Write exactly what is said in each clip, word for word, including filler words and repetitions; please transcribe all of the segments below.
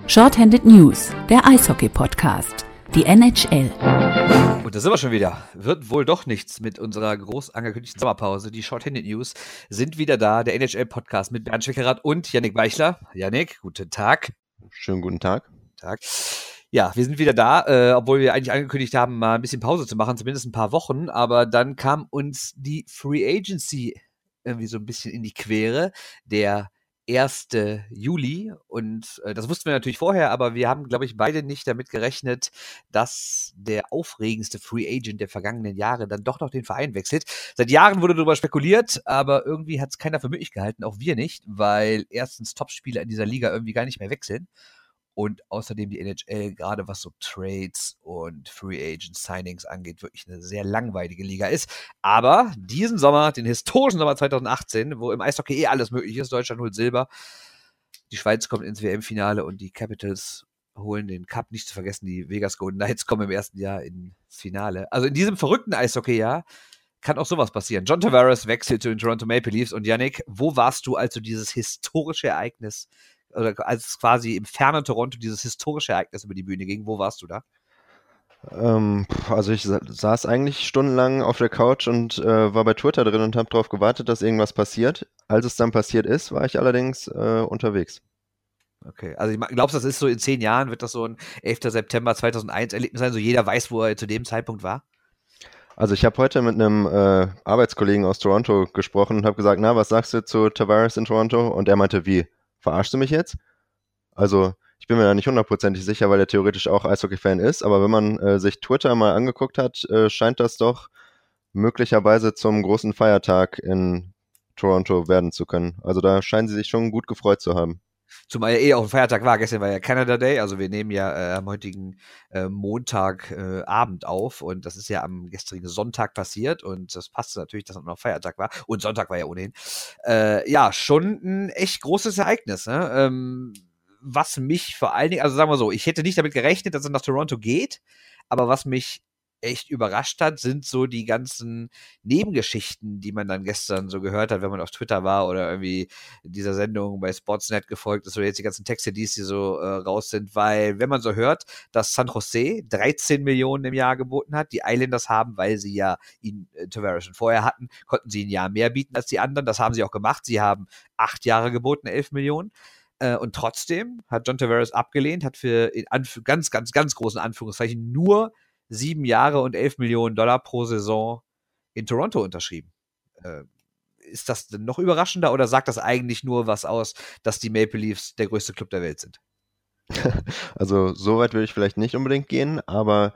Shorthanded News, der Eishockey-Podcast, die N H L. Und da sind wir schon wieder. Wird wohl doch nichts mit unserer groß angekündigten Sommerpause. Die Shorthanded News sind wieder da. Der N H L-Podcast mit Bernd Schwickerath und Yannick Weichler. Yannick, guten Tag. Schönen guten Tag. Tag. Ja, wir sind wieder da, äh, obwohl wir eigentlich angekündigt haben, mal ein bisschen Pause zu machen, zumindest ein paar Wochen. Aber dann kam uns die Free Agency irgendwie so ein bisschen in die Quere. Der ersten Juli und äh, das wussten wir natürlich vorher, aber wir haben, glaube ich, beide nicht damit gerechnet, dass der aufregendste Free Agent der vergangenen Jahre dann doch noch den Verein wechselt. Seit Jahren wurde darüber spekuliert, aber irgendwie hat es keiner für möglich gehalten, auch wir nicht, weil erstens Topspieler in dieser Liga irgendwie gar nicht mehr wechseln und außerdem die N H L, gerade was so Trades und Free Agent Signings angeht, wirklich eine sehr langweilige Liga ist. Aber diesen Sommer, den historischen Sommer zwanzig achtzehn, wo im Eishockey eh alles möglich ist, Deutschland holt Silber, die Schweiz kommt ins W M-Finale und die Capitals holen den Cup, nicht zu vergessen, die Vegas Golden Knights kommen im ersten Jahr ins Finale. Also in diesem verrückten Eishockey-Jahr kann auch sowas passieren. John Tavares wechselt zu den Toronto Maple Leafs und Yannick, wo warst du, als du dieses historische Ereignis oder als es quasi im fernen Toronto dieses historische Ereignis über die Bühne ging, wo warst du da? Ähm, also ich sa- saß eigentlich stundenlang auf der Couch und äh, war bei Twitter drin und habe darauf gewartet, dass irgendwas passiert. Als es dann passiert ist, war ich allerdings äh, unterwegs. Okay, also ich glaubst, das ist so in zehn Jahren, wird das so ein elfter September zweitausendeins Erlebnis sein, so jeder weiß, wo er zu dem Zeitpunkt war? Also ich habe heute mit einem äh, Arbeitskollegen aus Toronto gesprochen und habe gesagt, na, was sagst du zu Tavares in Toronto? Und er meinte, wie, verarschst du mich jetzt? Also ich bin mir da nicht hundertprozentig sicher, weil er theoretisch auch Eishockey-Fan ist, aber wenn man äh, sich Twitter mal angeguckt hat, äh, scheint das doch möglicherweise zum großen Feiertag in Toronto werden zu können. Also da scheinen sie sich schon gut gefreut zu haben. Zumal ja eh auch ein Feiertag war. Gestern war ja Canada Day, also wir nehmen ja äh, am heutigen äh, Montagabend äh, Abend auf und das ist ja am gestrigen Sonntag passiert und das passte natürlich, dass es noch Feiertag war und Sonntag war ja ohnehin. Äh, ja, schon ein echt großes Ereignis, ne? Ähm, was mich vor allen Dingen, also sagen wir so, ich hätte nicht damit gerechnet, dass er nach Toronto geht, aber was mich echt überrascht hat, sind so die ganzen Nebengeschichten, die man dann gestern so gehört hat, wenn man auf Twitter war oder irgendwie dieser Sendung bei Sportsnet gefolgt ist oder jetzt die ganzen Texte, die so äh, raus sind, weil wenn man so hört, dass San Jose dreizehn Millionen im Jahr geboten hat, die Islanders haben, weil sie ja ihn äh, Tavares schon vorher hatten, konnten sie ein Jahr mehr bieten als die anderen, das haben sie auch gemacht, sie haben acht Jahre geboten, elf Millionen. Äh, und trotzdem hat John Tavares abgelehnt, hat für in Anf- ganz, ganz, ganz großen Anführungszeichen nur sieben Jahre und elf Millionen Dollar pro Saison in Toronto unterschrieben. Äh, ist das denn noch überraschender oder sagt das eigentlich nur was aus, dass die Maple Leafs der größte Club der Welt sind? Also so weit würde ich vielleicht nicht unbedingt gehen, aber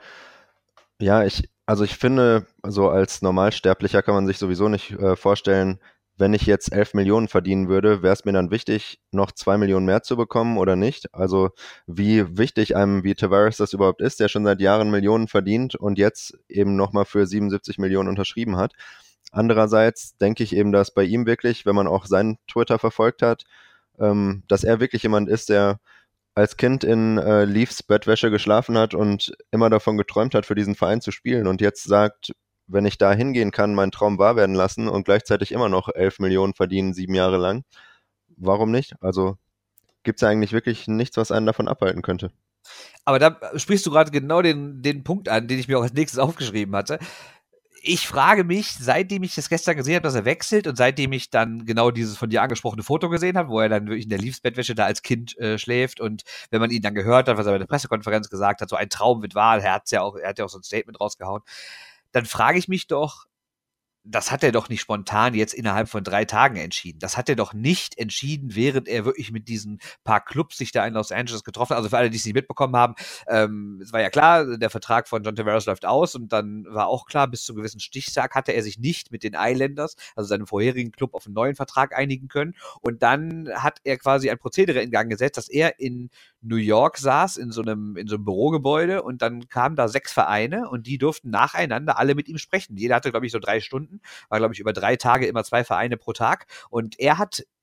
ja, ich, also ich finde, also als Normalsterblicher kann man sich sowieso nicht äh, vorstellen, wenn ich jetzt elf Millionen verdienen würde, wäre es mir dann wichtig, noch zwei Millionen mehr zu bekommen oder nicht? Also wie wichtig einem wie Tavares das überhaupt ist, der schon seit Jahren Millionen verdient und jetzt eben nochmal für siebenundsiebzig Millionen unterschrieben hat. Andererseits denke ich eben, dass bei ihm wirklich, wenn man auch seinen Twitter verfolgt hat, ähm, dass er wirklich jemand ist, der als Kind in äh, Leafs Bettwäsche geschlafen hat und immer davon geträumt hat, für diesen Verein zu spielen und jetzt sagt, wenn ich da hingehen kann, meinen Traum wahr werden lassen und gleichzeitig immer noch elf Millionen verdienen, sieben Jahre lang, warum nicht? Also gibt es ja eigentlich wirklich nichts, was einen davon abhalten könnte. Aber da sprichst du gerade genau den, den Punkt an, den ich mir auch als nächstes aufgeschrieben hatte. Ich frage mich, seitdem ich das gestern gesehen habe, dass er wechselt und seitdem ich dann genau dieses von dir angesprochene Foto gesehen habe, wo er dann wirklich in der Leafs-Bettwäsche da als Kind äh, schläft und wenn man ihn dann gehört hat, was er bei der Pressekonferenz gesagt hat, so ein Traum wird wahr, er hat's ja auch, er hat ja auch so ein Statement rausgehauen, dann frage ich mich doch, das hat er doch nicht spontan jetzt innerhalb von drei Tagen entschieden. Das hat er doch nicht entschieden, während er wirklich mit diesen paar Clubs sich da in Los Angeles getroffen hat. Also für alle, die es nicht mitbekommen haben, ähm, es war ja klar, der Vertrag von John Tavares läuft aus und dann war auch klar, bis zu einem gewissen Stichtag hatte er sich nicht mit den Islanders, also seinem vorherigen Club, auf einen neuen Vertrag einigen können. Und dann hat er quasi ein Prozedere in Gang gesetzt, dass er in New York saß, in so einem, in so einem Bürogebäude und dann kamen da sechs Vereine und die durften nacheinander alle mit ihm sprechen. Jeder hatte, glaube ich, so drei Stunden, war, glaube ich, über drei Tage immer zwei Vereine pro Tag und er hat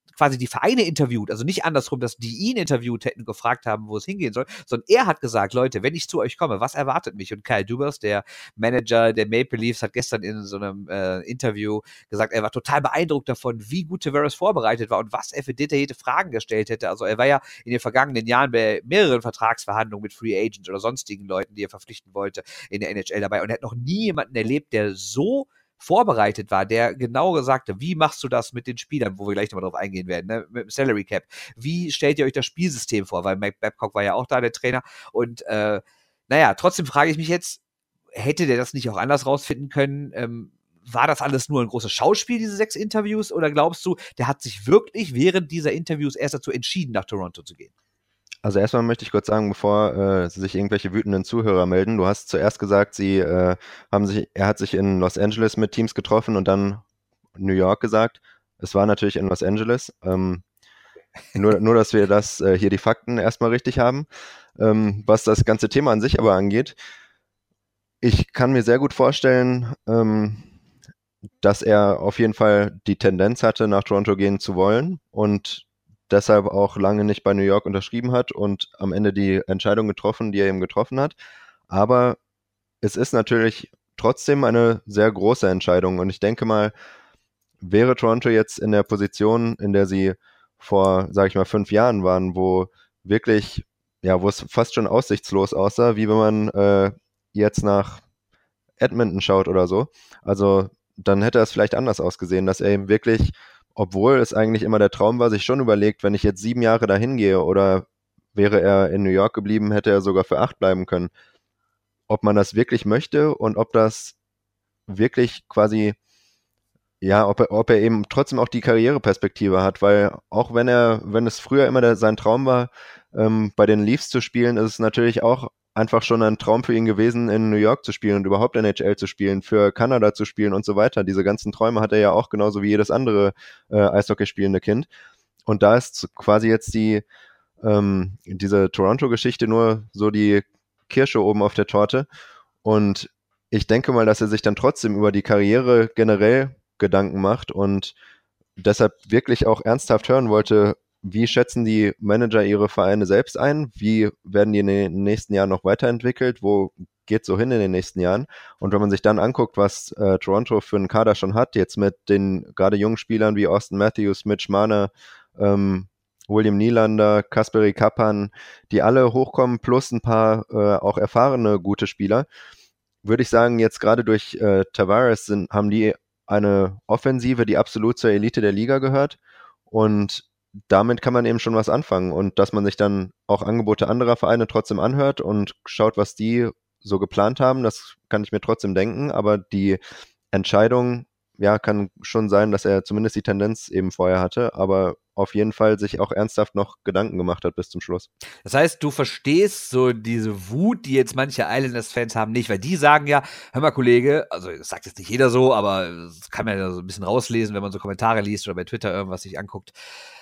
quasi die Vereine interviewt, also nicht andersrum, dass die ihn interviewt hätten, gefragt haben, wo es hingehen soll, sondern er hat gesagt, Leute, wenn ich zu euch komme, was erwartet mich? Und Kyle Dubas, der Manager der Maple Leafs, hat gestern in so einem äh, Interview gesagt, er war total beeindruckt davon, wie gut Tavares vorbereitet war und was er für detaillierte Fragen gestellt hätte. Also er war ja in den vergangenen Jahren bei mehreren Vertragsverhandlungen mit Free Agents oder sonstigen Leuten, die er verpflichten wollte, in der N H L dabei, und er hat noch nie jemanden erlebt, der so vorbereitet war, der genau gesagt hat, wie machst du das mit den Spielern, wo wir gleich nochmal drauf eingehen werden, ne? Mit dem Salary Cap. Wie stellt ihr euch das Spielsystem vor? Weil Mike Babcock war ja auch da, der Trainer. Und äh, naja, trotzdem frage ich mich jetzt, hätte der das nicht auch anders rausfinden können? Ähm, war das alles nur ein großes Schauspiel, diese sechs Interviews? Oder glaubst du, der hat sich wirklich während dieser Interviews erst dazu entschieden, nach Toronto zu gehen? Also erstmal möchte ich kurz sagen, bevor äh, sich irgendwelche wütenden Zuhörer melden, du hast zuerst gesagt, sie äh, haben sich, er hat sich in Los Angeles mit Teams getroffen und dann New York gesagt. Es war natürlich in Los Angeles. Ähm, nur, nur, dass wir das äh, hier die Fakten erstmal richtig haben. Ähm, was das ganze Thema an sich aber angeht, ich kann mir sehr gut vorstellen, ähm, dass er auf jeden Fall die Tendenz hatte, nach Toronto gehen zu wollen und deshalb auch lange nicht bei New York unterschrieben hat und am Ende die Entscheidung getroffen, die er eben getroffen hat. Aber es ist natürlich trotzdem eine sehr große Entscheidung und ich denke mal, wäre Toronto jetzt in der Position, in der sie vor, sage ich mal, fünf Jahren waren, wo wirklich, ja, wo es fast schon aussichtslos aussah, wie wenn man äh, jetzt nach Edmonton schaut oder so. Also dann hätte es vielleicht anders ausgesehen, dass er eben wirklich, obwohl es eigentlich immer der Traum war, sich schon überlegt, wenn ich jetzt sieben Jahre dahin gehe oder wäre er in New York geblieben, hätte er sogar für acht bleiben können. Ob man das wirklich möchte und ob das wirklich quasi, ja, ob er, ob er eben trotzdem auch die Karriereperspektive hat, weil auch wenn er, wenn es früher immer der, sein Traum war, ähm, bei den Leafs zu spielen, ist es natürlich auch einfach schon ein Traum für ihn gewesen, in New York zu spielen und überhaupt N H L zu spielen, für Kanada zu spielen und so weiter. Diese ganzen Träume hat er ja auch genauso wie jedes andere äh, Eishockey spielende Kind. Und da ist quasi jetzt die ähm, diese Toronto-Geschichte nur so die Kirsche oben auf der Torte. Und ich denke mal, dass er sich dann trotzdem über die Karriere generell Gedanken macht und deshalb wirklich auch ernsthaft hören wollte, wie schätzen die Manager ihre Vereine selbst ein? Wie werden die in den nächsten Jahren noch weiterentwickelt? Wo geht es so hin in den nächsten Jahren? Und wenn man sich dann anguckt, was äh, Toronto für einen Kader schon hat, jetzt mit den gerade jungen Spielern wie Austin Matthews, Mitch Marner, ähm, William Nylander, Kasperi Kapan, die alle hochkommen, plus ein paar äh, auch erfahrene gute Spieler, würde ich sagen, jetzt gerade durch äh, Tavares sind, haben die eine Offensive, die absolut zur Elite der Liga gehört und damit kann man eben schon was anfangen und dass man sich dann auch Angebote anderer Vereine trotzdem anhört und schaut, was die so geplant haben, das kann ich mir trotzdem denken, aber die Entscheidung, ja, kann schon sein, dass er zumindest die Tendenz eben vorher hatte, aber auf jeden Fall sich auch ernsthaft noch Gedanken gemacht hat bis zum Schluss. Das heißt, du verstehst so diese Wut, die jetzt manche Islanders-Fans haben, nicht, weil die sagen ja, hör mal, Kollege, also das sagt jetzt nicht jeder so, aber das kann man ja so ein bisschen rauslesen, wenn man so Kommentare liest oder bei Twitter irgendwas sich anguckt.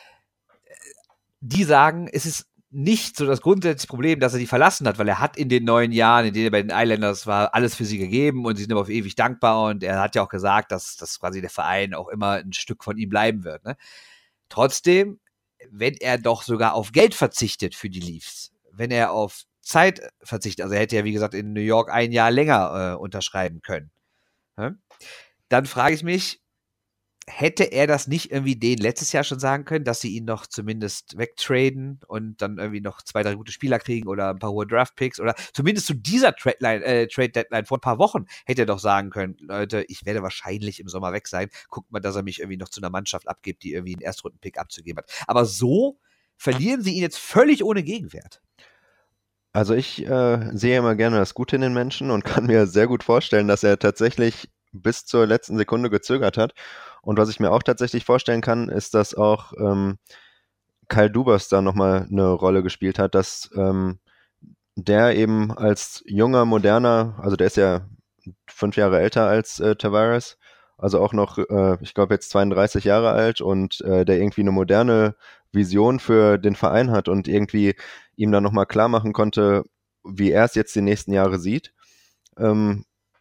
Die sagen, es ist nicht so das grundsätzliche Problem, dass er die verlassen hat, weil er hat in den neun Jahren, in denen er bei den Islanders war, alles für sie gegeben und sie sind ihm auf ewig dankbar und er hat ja auch gesagt, dass, dass quasi der Verein auch immer ein Stück von ihm bleiben wird, ne? Trotzdem, wenn er doch sogar auf Geld verzichtet für die Leafs, wenn er auf Zeit verzichtet, also er hätte ja wie gesagt in New York ein Jahr länger äh, unterschreiben können, ne? Dann frage ich mich, hätte er das nicht irgendwie denen letztes Jahr schon sagen können, dass sie ihn noch zumindest wegtraden und dann irgendwie noch zwei, drei gute Spieler kriegen oder ein paar hohe Draft-Picks oder zumindest zu dieser Trade-Line, äh, Trade-Deadline vor ein paar Wochen hätte er doch sagen können, Leute, ich werde wahrscheinlich im Sommer weg sein. Guckt mal, dass er mich irgendwie noch zu einer Mannschaft abgibt, die irgendwie einen Erstrunden-Pick abzugeben hat. Aber so verlieren sie ihn jetzt völlig ohne Gegenwert. Also ich äh, sehe immer gerne das Gute in den Menschen und kann mir sehr gut vorstellen, dass er tatsächlich bis zur letzten Sekunde gezögert hat. Und was ich mir auch tatsächlich vorstellen kann, ist, dass auch ähm, Kyle Dubas da nochmal eine Rolle gespielt hat, dass ähm, der eben als junger, moderner, also der ist ja fünf Jahre älter als äh, Tavares, also auch noch, äh, ich glaube jetzt zweiunddreißig Jahre alt und äh, der irgendwie eine moderne Vision für den Verein hat und irgendwie ihm dann nochmal klar machen konnte, wie er es jetzt die nächsten Jahre sieht. Ähm,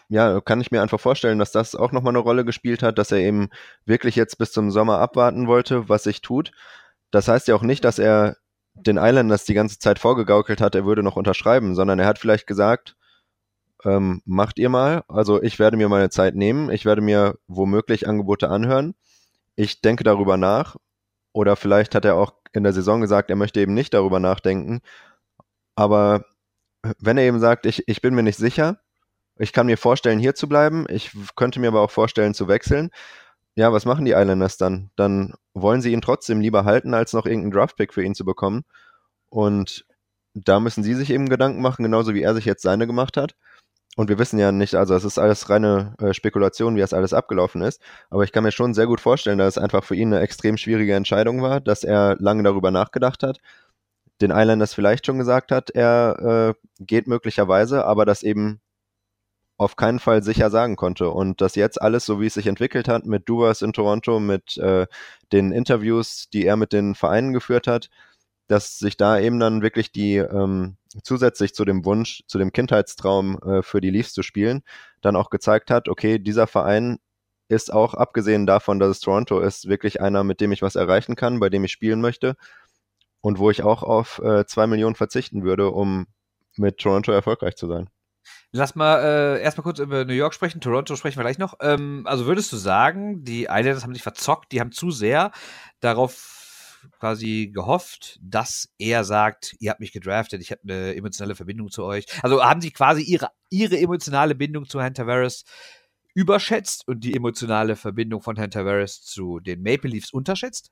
ja, kann ich mir einfach vorstellen, dass das auch nochmal eine Rolle gespielt hat, dass er eben wirklich jetzt bis zum Sommer abwarten wollte, was sich tut. Das heißt ja auch nicht, dass er den Islanders die ganze Zeit vorgegaukelt hat, er würde noch unterschreiben, sondern er hat vielleicht gesagt, ähm, macht ihr mal, also ich werde mir meine Zeit nehmen, ich werde mir womöglich Angebote anhören, ich denke darüber nach, oder vielleicht hat er auch in der Saison gesagt, er möchte eben nicht darüber nachdenken, aber wenn er eben sagt, ich, ich bin mir nicht sicher, ich kann mir vorstellen, hier zu bleiben, ich könnte mir aber auch vorstellen, zu wechseln, ja, was machen die Islanders dann? Dann wollen sie ihn trotzdem lieber halten, als noch irgendeinen Draftpick für ihn zu bekommen. Und da müssen sie sich eben Gedanken machen, genauso wie er sich jetzt seine gemacht hat. Und wir wissen ja nicht, also es ist alles reine äh, Spekulation, wie das alles abgelaufen ist. Aber ich kann mir schon sehr gut vorstellen, dass es einfach für ihn eine extrem schwierige Entscheidung war, dass er lange darüber nachgedacht hat, den Islanders vielleicht schon gesagt hat, er äh, geht möglicherweise, aber das eben auf keinen Fall sicher sagen konnte. Und das jetzt alles, so wie es sich entwickelt hat, mit Dubas in Toronto, mit äh, den Interviews, die er mit den Vereinen geführt hat, dass sich da eben dann wirklich die ähm, zusätzlich zu dem Wunsch, zu dem Kindheitstraum äh, für die Leafs zu spielen, dann auch gezeigt hat, okay, dieser Verein ist auch, abgesehen davon, dass es Toronto ist, wirklich einer, mit dem ich was erreichen kann, bei dem ich spielen möchte und wo ich auch auf äh, zwei Millionen verzichten würde, um mit Toronto erfolgreich zu sein. Lass mal äh, erstmal kurz über New York sprechen, Toronto sprechen wir gleich noch. Ähm, also würdest du sagen, die Islanders haben sich verzockt, die haben zu sehr darauf quasi gehofft, dass er sagt, ihr habt mich gedraftet, ich habe eine emotionale Verbindung zu euch. Also haben sie quasi ihre, ihre emotionale Bindung zu Herrn Tavares überschätzt und die emotionale Verbindung von Herrn Tavares zu den Maple Leafs unterschätzt?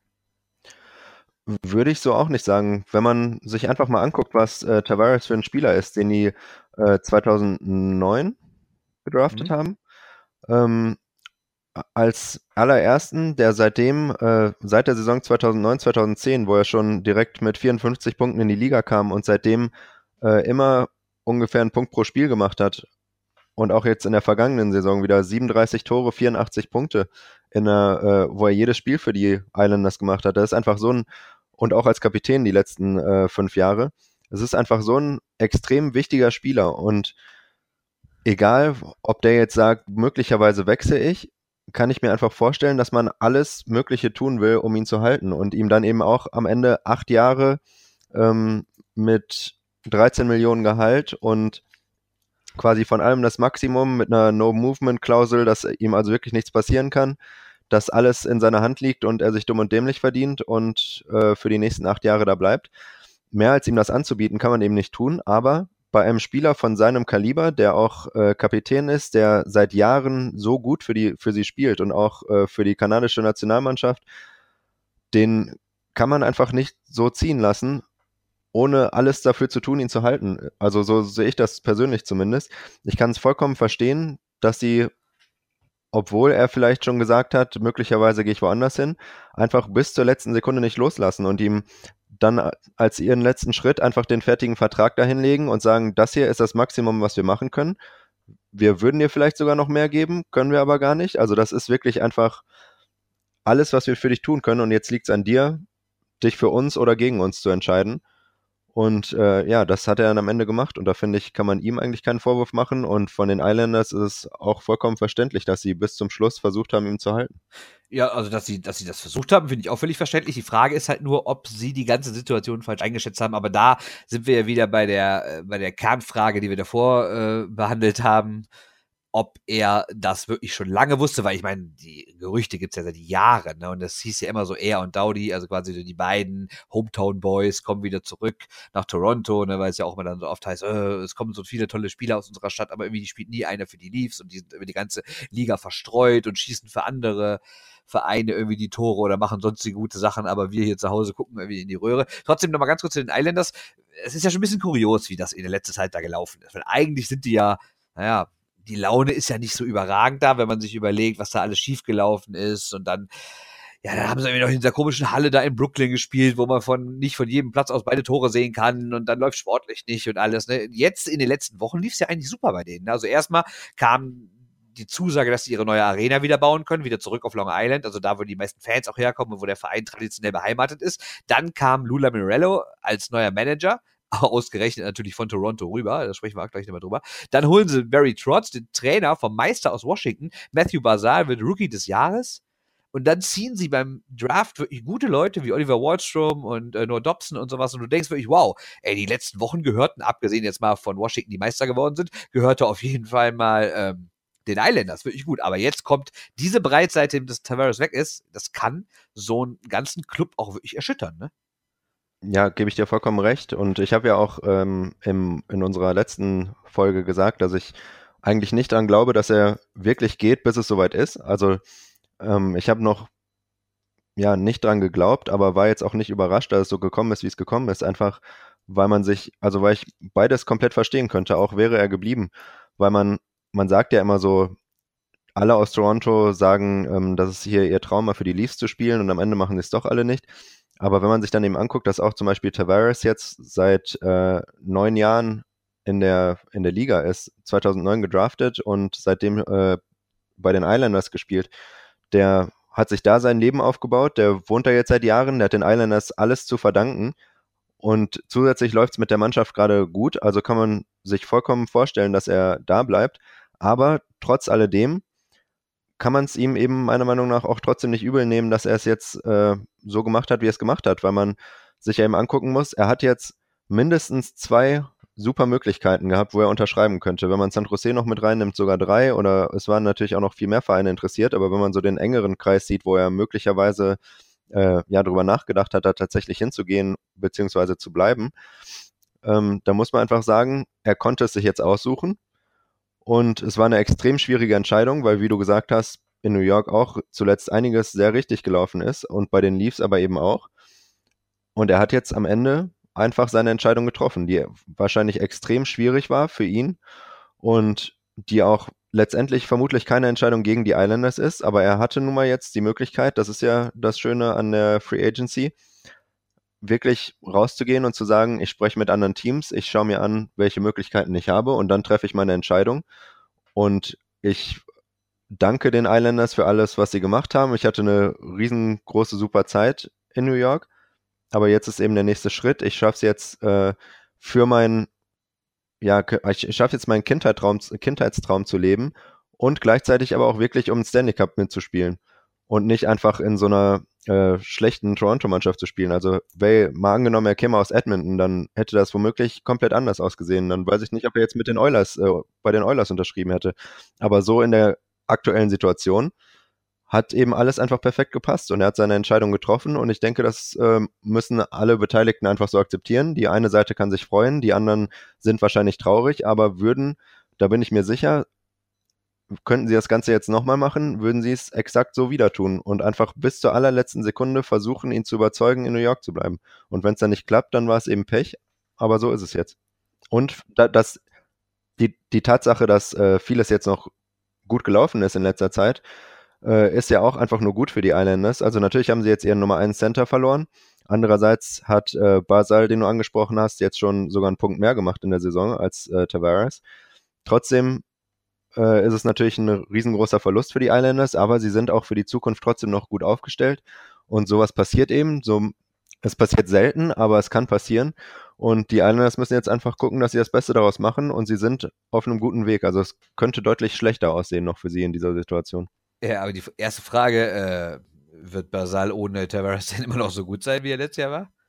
Würde ich so auch nicht sagen. Wenn man sich einfach mal anguckt, was äh, Tavares für ein Spieler ist, den die äh, zweitausendneun gedraftet Mhm. haben, ähm, als allerersten, der seitdem, äh, seit der Saison zweitausendneun, zweitausendzehn, wo er schon direkt mit vierundfünfzig Punkten in die Liga kam und seitdem äh, immer ungefähr einen Punkt pro Spiel gemacht hat und auch jetzt in der vergangenen Saison wieder siebenunddreißig Tore, vierundachtzig Punkte, in der, äh, wo er jedes Spiel für die Islanders gemacht hat. Das ist einfach so ein, und auch als Kapitän die letzten äh, fünf Jahre, es ist einfach so ein extrem wichtiger Spieler und egal, ob der jetzt sagt, möglicherweise wechsle ich, kann ich mir einfach vorstellen, dass man alles Mögliche tun will, um ihn zu halten und ihm dann eben auch am Ende acht Jahre ähm, mit dreizehn Millionen Gehalt und quasi von allem das Maximum mit einer No-Movement-Klausel, dass ihm also wirklich nichts passieren kann, dass alles in seiner Hand liegt und er sich dumm und dämlich verdient und äh, für die nächsten acht Jahre da bleibt. Mehr als ihm das anzubieten, kann man eben nicht tun, aber bei einem Spieler von seinem Kaliber, der auch äh, Kapitän ist, der seit Jahren so gut für, die, für sie spielt und auch äh, für die kanadische Nationalmannschaft, den kann man einfach nicht so ziehen lassen, ohne alles dafür zu tun, ihn zu halten. Also so sehe ich das persönlich zumindest. Ich kann es vollkommen verstehen, dass sie, obwohl er vielleicht schon gesagt hat, möglicherweise gehe ich woanders hin, einfach bis zur letzten Sekunde nicht loslassen und ihm dann als ihren letzten Schritt einfach den fertigen Vertrag dahinlegen und sagen, das hier ist das Maximum, was wir machen können. Wir würden dir vielleicht sogar noch mehr geben, können wir aber gar nicht. Also das ist wirklich einfach alles, was wir für dich tun können und jetzt liegt es an dir, dich für uns oder gegen uns zu entscheiden. Und äh, ja, das hat er dann am Ende gemacht und da finde ich, kann man ihm eigentlich keinen Vorwurf machen und von den Islanders ist es auch vollkommen verständlich, dass sie bis zum Schluss versucht haben, ihn zu halten. Ja, also dass sie, dass sie das versucht haben, finde ich auch völlig verständlich. Die Frage ist halt nur, ob sie die ganze Situation falsch eingeschätzt haben. Aber da sind wir ja wieder bei der, äh, bei der Kernfrage, die wir davor äh, behandelt haben, ob er das wirklich schon lange wusste, weil ich meine, die Gerüchte gibt's ja seit Jahren, ne? Und das hieß ja immer so, er und Doughty, also quasi so die beiden Hometown Boys kommen wieder zurück nach Toronto, ne? Weil es ja auch immer dann so oft heißt, äh, es kommen so viele tolle Spieler aus unserer Stadt, aber irgendwie spielt nie einer für die Leafs und die sind über die ganze Liga verstreut und schießen für andere Vereine irgendwie die Tore oder machen sonstige gute Sachen, aber wir hier zu Hause gucken irgendwie in die Röhre. Trotzdem nochmal ganz kurz zu den Islanders. Es ist ja schon ein bisschen kurios, wie das in der letzten Zeit da gelaufen ist, weil eigentlich sind die ja, naja, die Laune ist ja nicht so überragend da, wenn man sich überlegt, was da alles schiefgelaufen ist und dann, ja, dann haben sie irgendwie noch in dieser komischen Halle da in Brooklyn gespielt, wo man von nicht von jedem Platz aus beide Tore sehen kann und dann läuft sportlich nicht und alles, ne? Jetzt in den letzten Wochen lief es ja eigentlich super bei denen. Also erstmal kam die Zusage, dass sie ihre neue Arena wieder bauen können, wieder zurück auf Long Island, also da, wo die meisten Fans auch herkommen und wo der Verein traditionell beheimatet ist. Dann kam Lou Lamoriello als neuer Manager, ausgerechnet natürlich von Toronto rüber, da sprechen wir auch gleich nochmal drüber. Dann holen sie Barry Trotz, den Trainer vom Meister aus Washington. Matthew Barzal wird Rookie des Jahres. Und dann ziehen sie beim Draft wirklich gute Leute wie Oliver Wahlstrom und äh, Noah Dobson und sowas. Und du denkst wirklich, wow, ey, die letzten Wochen gehörten, abgesehen jetzt mal von Washington, die Meister geworden sind, gehörte auf jeden Fall mal ähm, den Islanders, wirklich gut. Aber jetzt kommt diese Breitseite, dass Tavares weg ist, das kann so einen ganzen Club auch wirklich erschüttern, ne? Ja, gebe ich dir vollkommen recht. Und ich habe ja auch ähm, im, in unserer letzten Folge gesagt, dass ich eigentlich nicht daran glaube, dass er wirklich geht, bis es soweit ist. Also ähm, ich habe noch ja nicht dran geglaubt, aber war jetzt auch nicht überrascht, dass es so gekommen ist, wie es gekommen ist. Einfach, weil man sich, also weil ich beides komplett verstehen könnte, auch wäre er geblieben. Weil man, man sagt ja immer so, alle aus Toronto sagen, ähm, dass es hier ihr Traum war, für die Leafs zu spielen und am Ende machen sie es doch alle nicht. Aber wenn man sich dann eben anguckt, dass auch zum Beispiel Tavares jetzt seit äh, neun Jahren in der, in der Liga ist, zweitausendneun gedraftet und seitdem äh, bei den Islanders gespielt, der hat sich da sein Leben aufgebaut, der wohnt da jetzt seit Jahren, der hat den Islanders alles zu verdanken und zusätzlich läuft es mit der Mannschaft gerade gut, also kann man sich vollkommen vorstellen, dass er da bleibt, aber trotz alledem kann man es ihm eben meiner Meinung nach auch trotzdem nicht übel nehmen, dass er es jetzt äh, so gemacht hat, wie er es gemacht hat, weil man sich ja eben angucken muss, er hat jetzt mindestens zwei super Möglichkeiten gehabt, wo er unterschreiben könnte. Wenn man San Jose noch mit reinnimmt, sogar drei, oder es waren natürlich auch noch viel mehr Vereine interessiert, aber wenn man so den engeren Kreis sieht, wo er möglicherweise äh, ja darüber nachgedacht hat, da tatsächlich hinzugehen, beziehungsweise zu bleiben, ähm, da muss man einfach sagen, er konnte es sich jetzt aussuchen. Und es war eine extrem schwierige Entscheidung, weil, wie du gesagt hast, in New York auch zuletzt einiges sehr richtig gelaufen ist und bei den Leafs aber eben auch. Und er hat jetzt am Ende einfach seine Entscheidung getroffen, die wahrscheinlich extrem schwierig war für ihn und die auch letztendlich vermutlich keine Entscheidung gegen die Islanders ist, aber er hatte nun mal jetzt die Möglichkeit, das ist ja das Schöne an der Free Agency, wirklich rauszugehen und zu sagen, ich spreche mit anderen Teams, ich schaue mir an, welche Möglichkeiten ich habe und dann treffe ich meine Entscheidung. Und ich danke den Islanders für alles, was sie gemacht haben. Ich hatte eine riesengroße, super Zeit in New York, aber jetzt ist eben der nächste Schritt. Ich schaffe es jetzt äh, für mein, ja, ich schaffe jetzt meinen Kindheitstraum, Kindheitstraum zu leben und gleichzeitig aber auch wirklich um den Stanley Cup mitzuspielen und nicht einfach in so einer äh, schlechten Toronto-Mannschaft zu spielen. Also, weil mal angenommen, er käme aus Edmonton, dann hätte das womöglich komplett anders ausgesehen. Dann weiß ich nicht, ob er jetzt mit den Oilers, äh, bei den Oilers unterschrieben hätte. Aber so in der aktuellen Situation hat eben alles einfach perfekt gepasst und er hat seine Entscheidung getroffen und ich denke, das äh, müssen alle Beteiligten einfach so akzeptieren. Die eine Seite kann sich freuen, die anderen sind wahrscheinlich traurig, aber würden, da bin ich mir sicher, könnten sie das Ganze jetzt nochmal machen, würden sie es exakt so wieder tun und einfach bis zur allerletzten Sekunde versuchen, ihn zu überzeugen, in New York zu bleiben. Und wenn es dann nicht klappt, dann war es eben Pech, aber so ist es jetzt. Und da, das, die, die Tatsache, dass äh, vieles jetzt noch gut gelaufen ist in letzter Zeit, äh, ist ja auch einfach nur gut für die Islanders. Also natürlich haben sie jetzt ihren Nummer eins Center verloren. Andererseits hat äh, Barzal, den du angesprochen hast, jetzt schon sogar einen Punkt mehr gemacht in der Saison als äh, Tavares. Trotzdem äh, ist es natürlich ein riesengroßer Verlust für die Islanders, aber sie sind auch für die Zukunft trotzdem noch gut aufgestellt. Und sowas passiert eben. So, es passiert selten, aber es kann passieren. Und die Islanders müssen jetzt einfach gucken, dass sie das Beste daraus machen und sie sind auf einem guten Weg. Also es könnte deutlich schlechter aussehen noch für sie in dieser Situation. Ja, aber die erste Frage, äh, wird Barzal ohne Tavares denn immer noch so gut sein, wie er letztes Jahr war?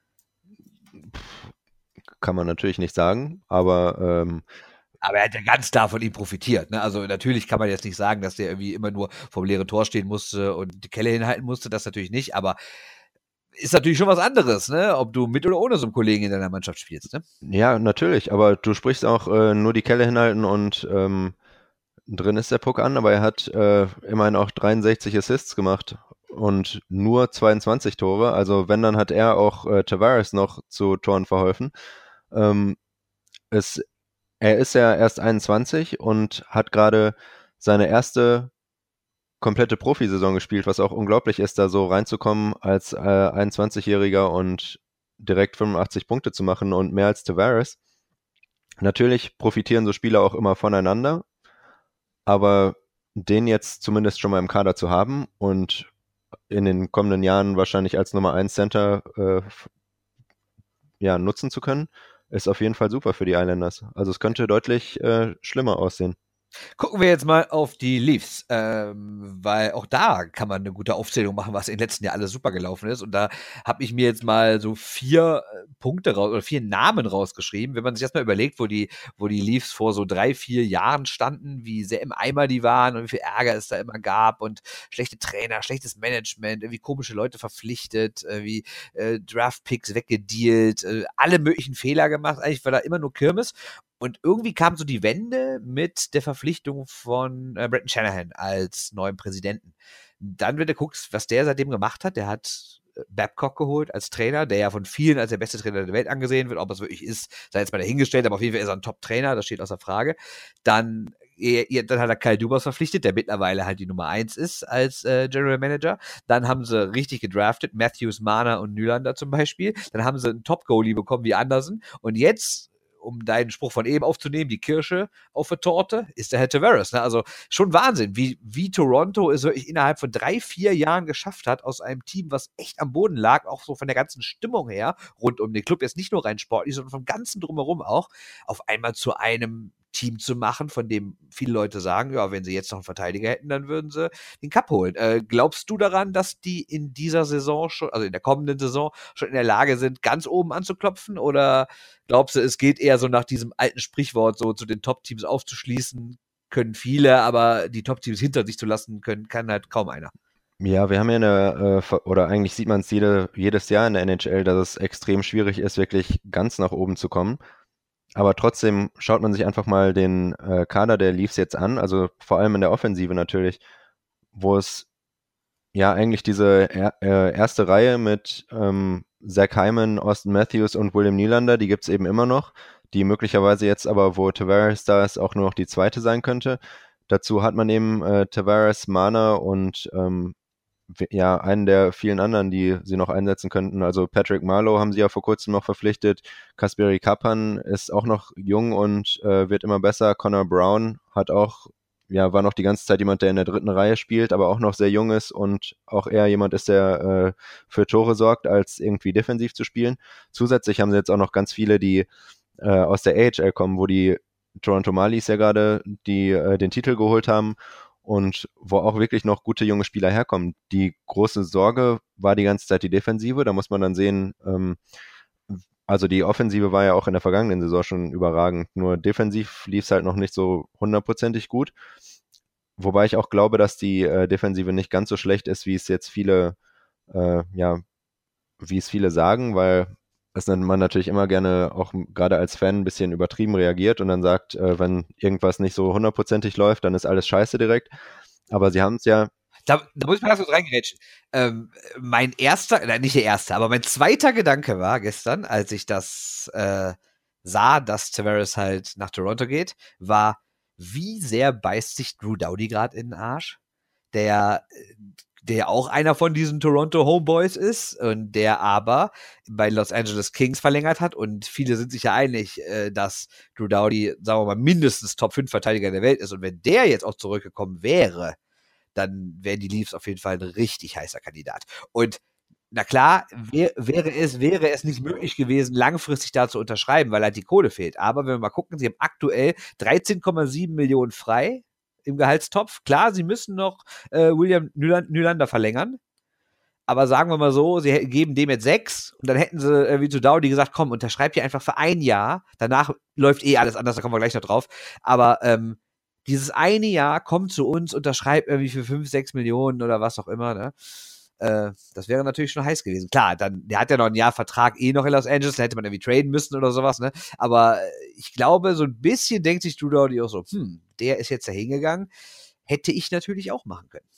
Kann man natürlich nicht sagen, aber ähm, aber er hat ja ganz da von ihm profitiert. Ne? Also natürlich kann man jetzt nicht sagen, dass der irgendwie immer nur vom leeren Tor stehen musste und die Kelle hinhalten musste, das natürlich nicht, aber ist natürlich schon was anderes, ne? Ob du mit oder ohne so einen Kollegen in deiner Mannschaft spielst. Ne? Ja, natürlich, aber du sprichst auch äh, nur die Kelle hinhalten und ähm, drin ist der Puck an, aber er hat äh, immerhin auch dreiundsechzig Assists gemacht und nur zweiundzwanzig Tore. Also wenn, dann hat er auch äh, Tavares noch zu Toren verholfen. Ähm, es, er ist ja erst einundzwanzig und hat gerade seine erste komplette Profisaison gespielt, was auch unglaublich ist, da so reinzukommen als äh, einundzwanzigjähriger und direkt fünfundachtzig Punkte zu machen und mehr als Tavares. Natürlich profitieren so Spieler auch immer voneinander, aber den jetzt zumindest schon mal im Kader zu haben und in den kommenden Jahren wahrscheinlich als Nummer eins Center äh, ja, nutzen zu können, ist auf jeden Fall super für die Islanders. Also es könnte deutlich äh, schlimmer aussehen. Gucken wir jetzt mal auf die Leafs, ähm, weil auch da kann man eine gute Aufzählung machen, was im letzten Jahr alles super gelaufen ist. Und da habe ich mir jetzt mal so vier Punkte raus oder vier Namen rausgeschrieben. Wenn man sich erstmal überlegt, wo die, wo die Leafs vor so drei, vier Jahren standen, wie sehr im Eimer die waren und wie viel Ärger es da immer gab und schlechte Trainer, schlechtes Management, irgendwie komische Leute verpflichtet, wie äh, Draft-Picks weggedealt, äh, alle möglichen Fehler gemacht. Eigentlich war da immer nur Kirmes. Und irgendwie kam so die Wende mit der Verpflichtung von äh, Brendan Shanahan als neuen Präsidenten. Dann, wenn du guckst, was der seitdem gemacht hat, der hat äh, Babcock geholt als Trainer, der ja von vielen als der beste Trainer der Welt angesehen wird. Ob es wirklich ist, sei jetzt mal dahingestellt, aber auf jeden Fall ist er ein Top-Trainer, das steht außer Frage. Dann, er, dann hat er Kyle Dubas verpflichtet, der mittlerweile halt die Nummer eins ist als äh, General Manager. Dann haben sie richtig gedraftet, Matthews, Marner und Nylander zum Beispiel. Dann haben sie einen Top-Goalie bekommen wie Andersen. Und jetzt, um deinen Spruch von eben aufzunehmen, die Kirsche auf der Torte, ist der Herr Tavares. Ne? Also schon Wahnsinn, wie, wie Toronto es wirklich innerhalb von drei, vier Jahren geschafft hat, aus einem Team, was echt am Boden lag, auch so von der ganzen Stimmung her, rund um den Club, jetzt nicht nur rein sportlich, sondern vom ganzen Drumherum auch, auf einmal zu einem Team zu machen, von dem viele Leute sagen, ja, wenn sie jetzt noch einen Verteidiger hätten, dann würden sie den Cup holen. Äh, glaubst du daran, dass die in dieser Saison schon, also in der kommenden Saison, schon in der Lage sind, ganz oben anzuklopfen? Oder glaubst du, es geht eher so nach diesem alten Sprichwort, so zu den Top-Teams aufzuschließen, können viele, aber die Top-Teams hinter sich zu lassen, können, kann halt kaum einer? Ja, wir haben ja eine, äh, oder eigentlich sieht man es jede, jedes Jahr in der N H L, dass es extrem schwierig ist, wirklich ganz nach oben zu kommen. Aber trotzdem schaut man sich einfach mal den äh, Kader der Leafs jetzt an, also vor allem in der Offensive natürlich, wo es ja eigentlich diese er, äh, erste Reihe mit ähm, Zach Hyman, Austin Matthews und William Nylander, die gibt es eben immer noch, die möglicherweise jetzt aber, wo Tavares da ist, auch nur noch die zweite sein könnte. Dazu hat man eben äh, Tavares, Marner und ähm, ja, einen der vielen anderen, die sie noch einsetzen könnten. Also Patrick Marleau haben sie ja vor kurzem noch verpflichtet. Kasperi Kapan ist auch noch jung und äh, wird immer besser. Connor Brown hat auch, ja, war noch die ganze Zeit jemand, der in der dritten Reihe spielt, aber auch noch sehr jung ist und auch eher jemand ist, der äh, für Tore sorgt, als irgendwie defensiv zu spielen. Zusätzlich haben sie jetzt auch noch ganz viele, die äh, aus der A H L kommen, wo die Toronto Marlies ja gerade die äh, den Titel geholt haben. Und wo auch wirklich noch gute junge Spieler herkommen. Die große Sorge war die ganze Zeit die Defensive. Da muss man dann sehen, ähm, also die Offensive war ja auch in der vergangenen Saison schon überragend. Nur defensiv lief es halt noch nicht so hundertprozentig gut. Wobei ich auch glaube, dass die äh, Defensive nicht ganz so schlecht ist, wie es jetzt viele, äh, ja, wie es viele sagen, weil dass man natürlich immer gerne auch gerade als Fan ein bisschen übertrieben reagiert und dann sagt, äh, wenn irgendwas nicht so hundertprozentig läuft, dann ist alles scheiße direkt. Aber sie haben es ja. Da, da muss ich mal ganz kurz reingerätschen. Ähm, mein erster, nein, nicht der erste, aber mein zweiter Gedanke war gestern, als ich das äh, sah, dass Tavares halt nach Toronto geht, war, wie sehr beißt sich Drew Doughty gerade in den Arsch? Der der auch einer von diesen Toronto Homeboys ist und der aber bei Los Angeles Kings verlängert hat und viele sind sich ja einig, äh, dass Drew Doughty, sagen wir mal, mindestens Top fünf Verteidiger der Welt ist und wenn der jetzt auch zurückgekommen wäre, dann wären die Leafs auf jeden Fall ein richtig heißer Kandidat. Und na klar, wär, wäre es, wäre es nicht möglich gewesen, langfristig da zu unterschreiben, weil halt die Kohle fehlt. Aber wenn wir mal gucken, sie haben aktuell dreizehn Komma sieben Millionen frei im Gehaltstopf. Klar, sie müssen noch äh, William Nylander verlängern, aber sagen wir mal so, sie geben dem jetzt sechs und dann hätten sie äh, wie zu Doughty gesagt, komm, unterschreib hier einfach für ein Jahr, danach läuft eh alles anders, da kommen wir gleich noch drauf, aber ähm, dieses eine Jahr kommt zu uns, unterschreib irgendwie für fünf, sechs Millionen oder was auch immer, ne? Äh, das wäre natürlich schon heiß gewesen. Klar, dann, der hat ja noch ein Jahr Vertrag eh noch in Los Angeles, da hätte man irgendwie traden müssen oder sowas, ne? Aber ich glaube, so ein bisschen denkt sich Drew Doughty auch so, hm, der ist jetzt da hingegangen, hätte ich natürlich auch machen können.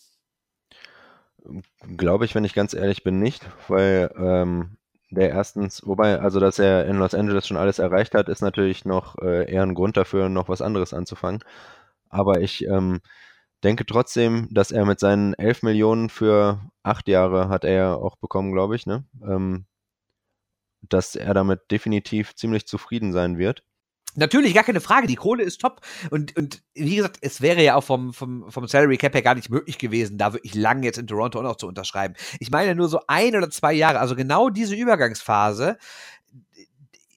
Glaube ich, wenn ich ganz ehrlich bin, nicht, weil ähm, der erstens, wobei, also dass er in Los Angeles schon alles erreicht hat, ist natürlich noch äh, eher ein Grund dafür, noch was anderes anzufangen. Aber ich ähm, denke trotzdem, dass er mit seinen elf Millionen für acht Jahre hat er ja auch bekommen, glaube ich, ne? Ähm, dass er damit definitiv ziemlich zufrieden sein wird. Natürlich, gar keine Frage, die Kohle ist top und, und wie gesagt, es wäre ja auch vom, vom, vom Salary Cap her gar nicht möglich gewesen, da wirklich lang jetzt in Toronto auch noch zu unterschreiben. Ich meine nur so ein oder zwei Jahre, also genau diese Übergangsphase,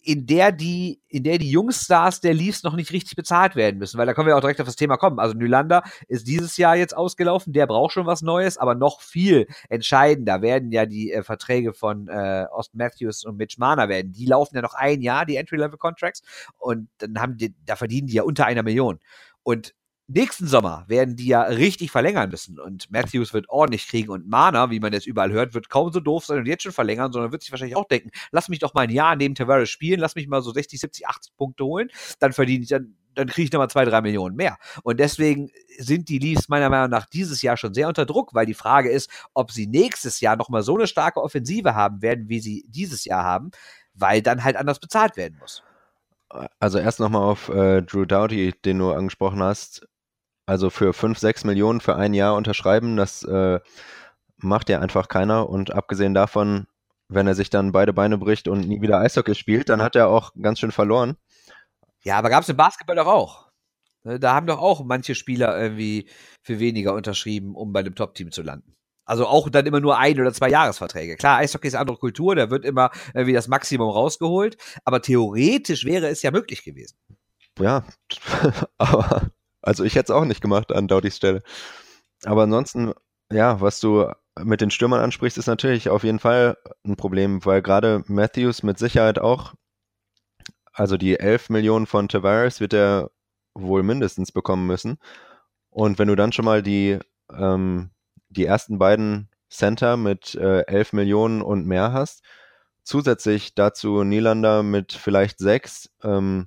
in der die, in der die Jungstars der Leafs noch nicht richtig bezahlt werden müssen, weil da können wir auch direkt auf das Thema kommen. Also Nylander ist dieses Jahr jetzt ausgelaufen, der braucht schon was Neues, aber noch viel entscheidender werden ja die äh, Verträge von äh, Austin Matthews und Mitch Marner werden. Die laufen ja noch ein Jahr, die Entry-Level-Contracts, und dann haben die, da verdienen die ja unter einer Million. Und nächsten Sommer werden die ja richtig verlängern müssen und Matthews wird ordentlich kriegen und Marner, wie man jetzt überall hört, wird kaum so doof sein und jetzt schon verlängern, sondern wird sich wahrscheinlich auch denken, lass mich doch mal ein Jahr neben Tavares spielen, lass mich mal so sechzig, siebzig, achtzig Punkte holen, dann verdiene ich, dann, dann kriege ich nochmal zwei, drei Millionen mehr. Und deswegen sind die Leafs meiner Meinung nach dieses Jahr schon sehr unter Druck, weil die Frage ist, ob sie nächstes Jahr nochmal so eine starke Offensive haben werden, wie sie dieses Jahr haben, weil dann halt anders bezahlt werden muss. Also erst nochmal auf äh, Drew Doughty, den du angesprochen hast. Also für fünf, sechs Millionen für ein Jahr unterschreiben, das äh, macht ja einfach keiner. Und abgesehen davon, wenn er sich dann beide Beine bricht und nie wieder Eishockey spielt, dann hat er auch ganz schön verloren. Ja, aber gab es im Basketball doch auch. Da haben doch auch manche Spieler irgendwie für weniger unterschrieben, um bei dem Top-Team zu landen. Also auch dann immer nur ein- oder zwei Jahresverträge. Klar, Eishockey ist eine andere Kultur, da wird immer irgendwie das Maximum rausgeholt, aber theoretisch wäre es ja möglich gewesen. Ja, aber also ich hätte es auch nicht gemacht an Doughtys Stelle. Aber ansonsten, ja, was du mit den Stürmern ansprichst, ist natürlich auf jeden Fall ein Problem, weil gerade Matthews mit Sicherheit auch, also die elf Millionen von Tavares wird er wohl mindestens bekommen müssen. Und wenn du dann schon mal die, ähm, die ersten beiden Center mit äh, elf Millionen und mehr hast, zusätzlich dazu Nylander mit vielleicht sechs ähm,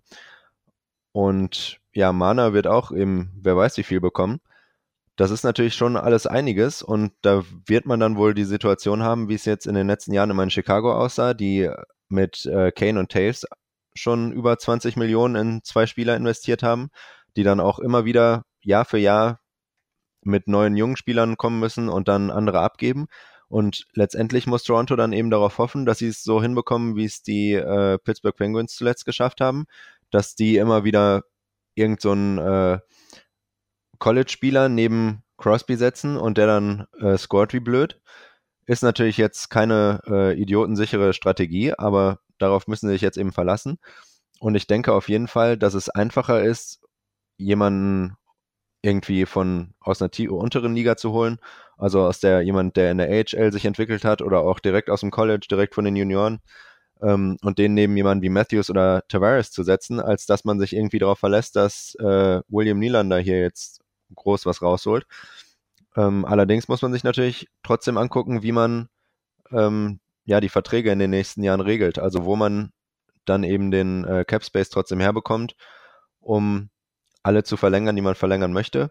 und ja, Marner wird auch eben, wer weiß wie viel bekommen. Das ist natürlich schon alles einiges und da wird man dann wohl die Situation haben, wie es jetzt in den letzten Jahren immer in Chicago aussah, die mit äh, Kane und Taves schon über zwanzig Millionen in zwei Spieler investiert haben, die dann auch immer wieder Jahr für Jahr mit neuen jungen Spielern kommen müssen und dann andere abgeben. Und letztendlich muss Toronto dann eben darauf hoffen, dass sie es so hinbekommen, wie es die äh, Pittsburgh Penguins zuletzt geschafft haben, dass die immer wieder irgend so ein äh, College-Spieler neben Crosby setzen und der dann äh, scoret wie blöd. Ist natürlich jetzt keine äh, idiotensichere Strategie, aber darauf müssen sie sich jetzt eben verlassen. Und ich denke auf jeden Fall, dass es einfacher ist, jemanden irgendwie von aus einer t- unteren Liga zu holen, also aus der jemand, der in der A H L sich entwickelt hat oder auch direkt aus dem College, direkt von den Junioren, ähm, und den neben jemanden wie Matthews oder Tavares zu setzen, als dass man sich irgendwie darauf verlässt, dass äh, William Nylander hier jetzt groß was rausholt. Ähm, allerdings muss man sich natürlich trotzdem angucken, wie man ähm, ja die Verträge in den nächsten Jahren regelt, also wo man dann eben den äh, Cap Space trotzdem herbekommt, um alle zu verlängern, die man verlängern möchte.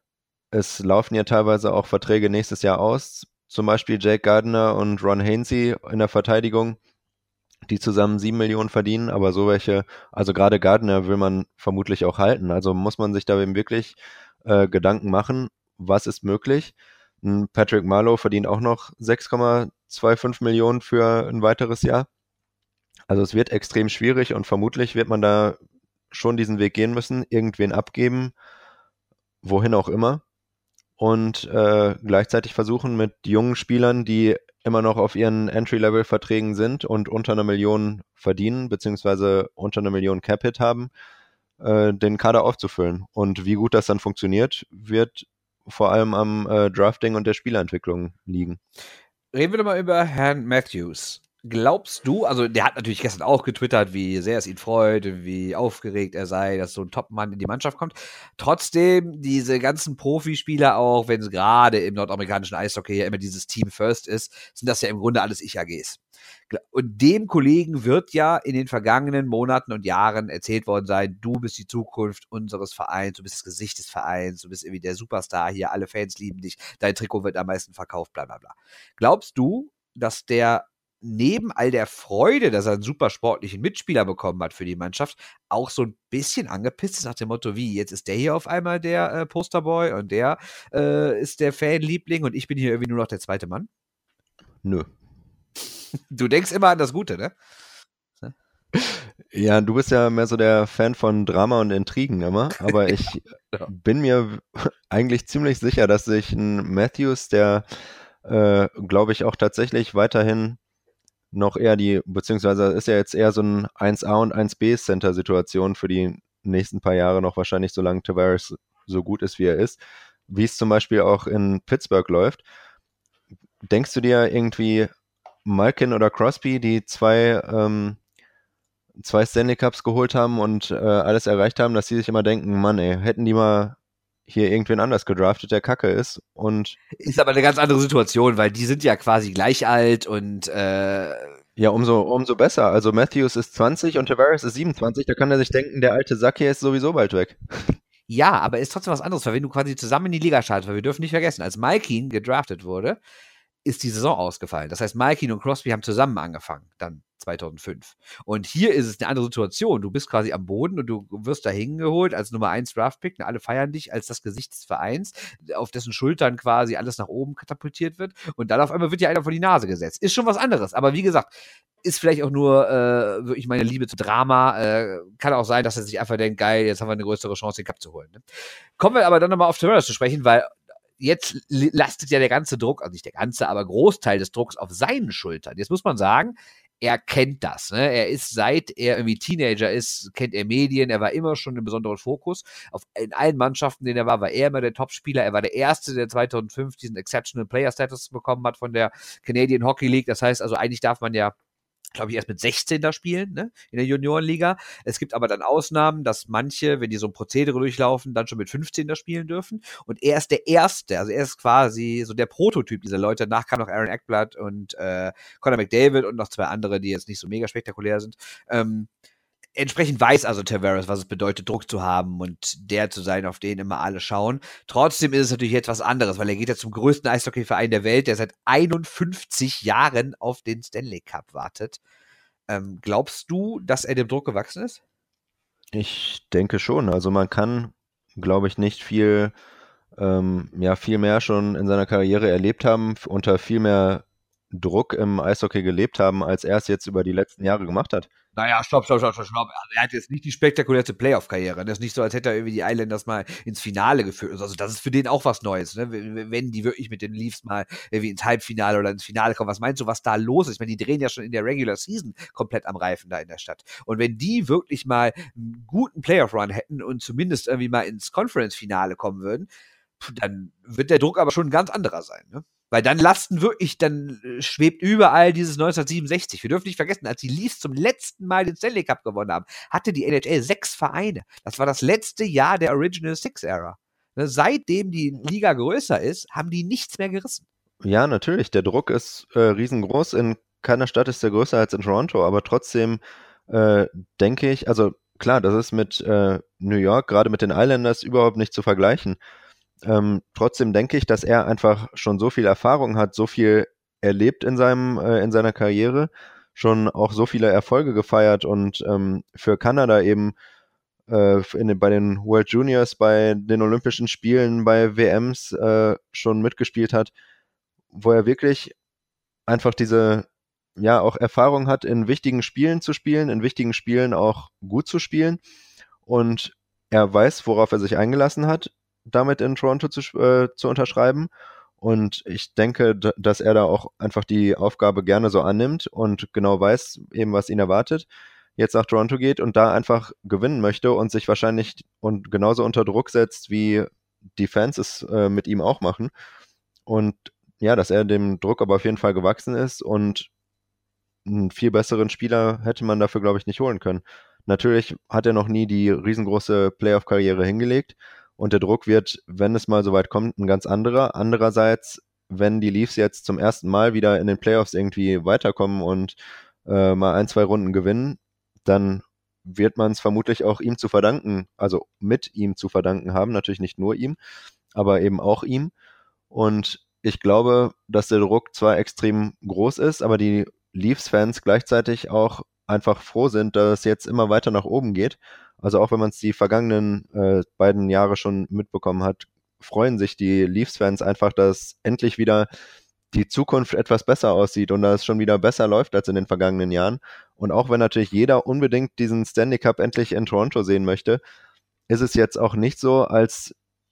Es laufen ja teilweise auch Verträge nächstes Jahr aus, zum Beispiel Jake Gardiner und Ron Hainsey in der Verteidigung, die zusammen sieben Millionen verdienen, aber so welche, also gerade Gardiner will man vermutlich auch halten, also muss man sich da eben wirklich äh, Gedanken machen, was ist möglich. Ein Patrick Marleau verdient auch noch sechs Komma fünfundzwanzig Millionen für ein weiteres Jahr. Also es wird extrem schwierig und vermutlich wird man da schon diesen Weg gehen müssen, irgendwen abgeben, wohin auch immer, und äh, gleichzeitig versuchen mit jungen Spielern, die immer noch auf ihren Entry-Level-Verträgen sind und unter einer Million verdienen, beziehungsweise unter einer Million Cap-Hit haben, äh, den Kader aufzufüllen. Und wie gut das dann funktioniert, wird vor allem am äh, Drafting und der Spielerentwicklung liegen. Reden wir doch mal über Herrn Matthews. Glaubst du, also der hat natürlich gestern auch getwittert, wie sehr es ihn freut, wie aufgeregt er sei, dass so ein Top-Mann in die Mannschaft kommt. Trotzdem, diese ganzen Profispieler auch, wenn es gerade im nordamerikanischen Eishockey ja immer dieses Team First ist, sind das ja im Grunde alles Ich-A Gs. Und dem Kollegen wird ja in den vergangenen Monaten und Jahren erzählt worden sein, du bist die Zukunft unseres Vereins, du bist das Gesicht des Vereins, du bist irgendwie der Superstar hier, alle Fans lieben dich, dein Trikot wird am meisten verkauft, bla bla bla. Glaubst du, dass der neben all der Freude, dass er einen super sportlichen Mitspieler bekommen hat für die Mannschaft, auch so ein bisschen angepisst ist nach dem Motto, wie, jetzt ist der hier auf einmal der äh, Posterboy und der äh, ist der Fanliebling und ich bin hier irgendwie nur noch der zweite Mann? Nö. Du denkst immer an das Gute, ne? Ja, du bist ja mehr so der Fan von Drama und Intrigen immer, aber ich Ja. bin mir eigentlich ziemlich sicher, dass sich ein Matthews, der, äh, glaube ich, auch tatsächlich weiterhin noch eher die, beziehungsweise ist ja jetzt eher so ein eins A und eins B Center-Situation für die nächsten paar Jahre noch wahrscheinlich, solange Tavares so gut ist, wie er ist, wie es zum Beispiel auch in Pittsburgh läuft. Denkst du dir irgendwie Malkin oder Crosby, die zwei, ähm, zwei Stanley Cups geholt haben und äh, alles erreicht haben, dass sie sich immer denken, Mann ey, hätten die mal hier irgendwen anders gedraftet, der Kacke ist und ist aber eine ganz andere Situation, weil die sind ja quasi gleich alt und äh, ja, umso, umso besser. Also Matthews ist zwanzig und Tavares ist siebenundzwanzig, da kann er sich denken, der alte Sack hier ist sowieso bald weg. Ja, aber ist trotzdem was anderes, weil wenn du quasi zusammen in die Liga startest, weil wir dürfen nicht vergessen, als Malkin gedraftet wurde, ist die Saison ausgefallen. Das heißt, Malkin und Crosby haben zusammen angefangen, dann zweitausendfünf. Und hier ist es eine andere Situation. Du bist quasi am Boden und du wirst da hingeholt als Nummer eins Draftpick und alle feiern dich als das Gesicht des Vereins, auf dessen Schultern quasi alles nach oben katapultiert wird und dann auf einmal wird dir einer vor die Nase gesetzt. Ist schon was anderes, aber wie gesagt, ist vielleicht auch nur äh, wirklich meine Liebe zu Drama. Äh, kann auch sein, dass er sich einfach denkt, geil, jetzt haben wir eine größere Chance, den Cup zu holen. Ne? Kommen wir aber dann nochmal auf Tavares zu sprechen, weil jetzt lastet ja der ganze Druck, also nicht der ganze, aber Großteil des Drucks auf seinen Schultern. Jetzt muss man sagen, er kennt das. Ne? Er ist, seit er irgendwie Teenager ist, kennt er Medien. Er war immer schon im besonderen Fokus. Auf, in allen Mannschaften, in denen er war, war er immer der Topspieler. Er war der Erste, der zweitausendfünf diesen Exceptional Player Status bekommen hat von der Canadian Hockey League. Das heißt also, eigentlich darf man ja, glaube ich, erst mit sechzehn da spielen, ne, in der Juniorenliga. Es gibt aber dann Ausnahmen, dass manche, wenn die so ein Prozedere durchlaufen, dann schon mit fünfzehn da spielen dürfen. Und er ist der Erste, also er ist quasi so der Prototyp dieser Leute. Danach kam noch Aaron Ekblad und äh, Connor McDavid und noch zwei andere, die jetzt nicht so mega spektakulär sind. Ähm, Entsprechend weiß also Tavares, was es bedeutet, Druck zu haben und der zu sein, auf den immer alle schauen. Trotzdem ist es natürlich etwas anderes, weil er geht ja zum größten Eishockeyverein der Welt, der seit einundfünfzig Jahren auf den Stanley Cup wartet. Ähm, glaubst du, dass er dem Druck gewachsen ist? Ich denke schon. Also man kann, glaube ich, nicht viel, ähm, ja, viel mehr schon in seiner Karriere erlebt haben, unter viel mehr Druck im Eishockey gelebt haben, als er es jetzt über die letzten Jahre gemacht hat. Naja, stopp, stopp, stopp, stopp, stopp. Also er hat jetzt nicht die spektakulärste Playoff-Karriere. Das ist nicht so, als hätte er irgendwie die Islanders mal ins Finale geführt. Also das ist für den auch was Neues, ne? Wenn die wirklich mit den Leafs mal irgendwie ins Halbfinale oder ins Finale kommen. Was meinst du, was da los ist? Ich meine, die drehen ja schon in der Regular Season komplett am Reifen da in der Stadt. Und wenn die wirklich mal einen guten Playoff-Run hätten und zumindest irgendwie mal ins Conference-Finale kommen würden, dann wird der Druck aber schon ein ganz anderer sein, ne? Weil dann lasten wirklich, dann schwebt überall dieses neunzehnhundertsiebenundsechzig. Wir dürfen nicht vergessen, als die Leafs zum letzten Mal den Stanley Cup gewonnen haben, hatte die N H L sechs Vereine. Das war das letzte Jahr der Original Six Era. Seitdem die Liga größer ist, haben die nichts mehr gerissen. Ja, natürlich. Der Druck ist äh, riesengroß. In keiner Stadt ist der größer als in Toronto, aber trotzdem äh, denke ich, also klar, das ist mit äh, New York, gerade mit den Islanders, überhaupt nicht zu vergleichen. Ähm, trotzdem denke ich, dass er einfach schon so viel Erfahrung hat, so viel erlebt in seinem äh, in seiner Karriere, schon auch so viele Erfolge gefeiert und ähm, für Kanada eben äh, in den, bei den World Juniors, bei den Olympischen Spielen, bei W Ms äh, schon mitgespielt hat, wo er wirklich einfach diese, ja, auch Erfahrung hat, in wichtigen Spielen zu spielen, in wichtigen Spielen auch gut zu spielen und er weiß, worauf er sich eingelassen hat, damit in Toronto zu, äh, zu unterschreiben. Und ich denke, d- dass er da auch einfach die Aufgabe gerne so annimmt und genau weiß eben, was ihn erwartet, jetzt nach Toronto geht und da einfach gewinnen möchte und sich wahrscheinlich und genauso unter Druck setzt, wie die Fans es äh, mit ihm auch machen. Und ja, dass er dem Druck aber auf jeden Fall gewachsen ist und einen viel besseren Spieler hätte man dafür, glaube ich, nicht holen können. Natürlich hat er noch nie die riesengroße Playoff-Karriere hingelegt und der Druck wird, wenn es mal so weit kommt, ein ganz anderer. Andererseits, wenn die Leafs jetzt zum ersten Mal wieder in den Playoffs irgendwie weiterkommen und äh, mal ein, zwei Runden gewinnen, dann wird man es vermutlich auch ihm zu verdanken, also mit ihm zu verdanken haben, natürlich nicht nur ihm, aber eben auch ihm. Und ich glaube, dass der Druck zwar extrem groß ist, aber die Leafs-Fans gleichzeitig auch einfach froh sind, dass es jetzt immer weiter nach oben geht. Also auch wenn man es die vergangenen äh, beiden Jahre schon mitbekommen hat, freuen sich die Leafs-Fans einfach, dass endlich wieder die Zukunft etwas besser aussieht und dass es schon wieder besser läuft als in den vergangenen Jahren. Und auch wenn natürlich jeder unbedingt diesen Stanley Cup endlich in Toronto sehen möchte, ist es jetzt auch nicht so, als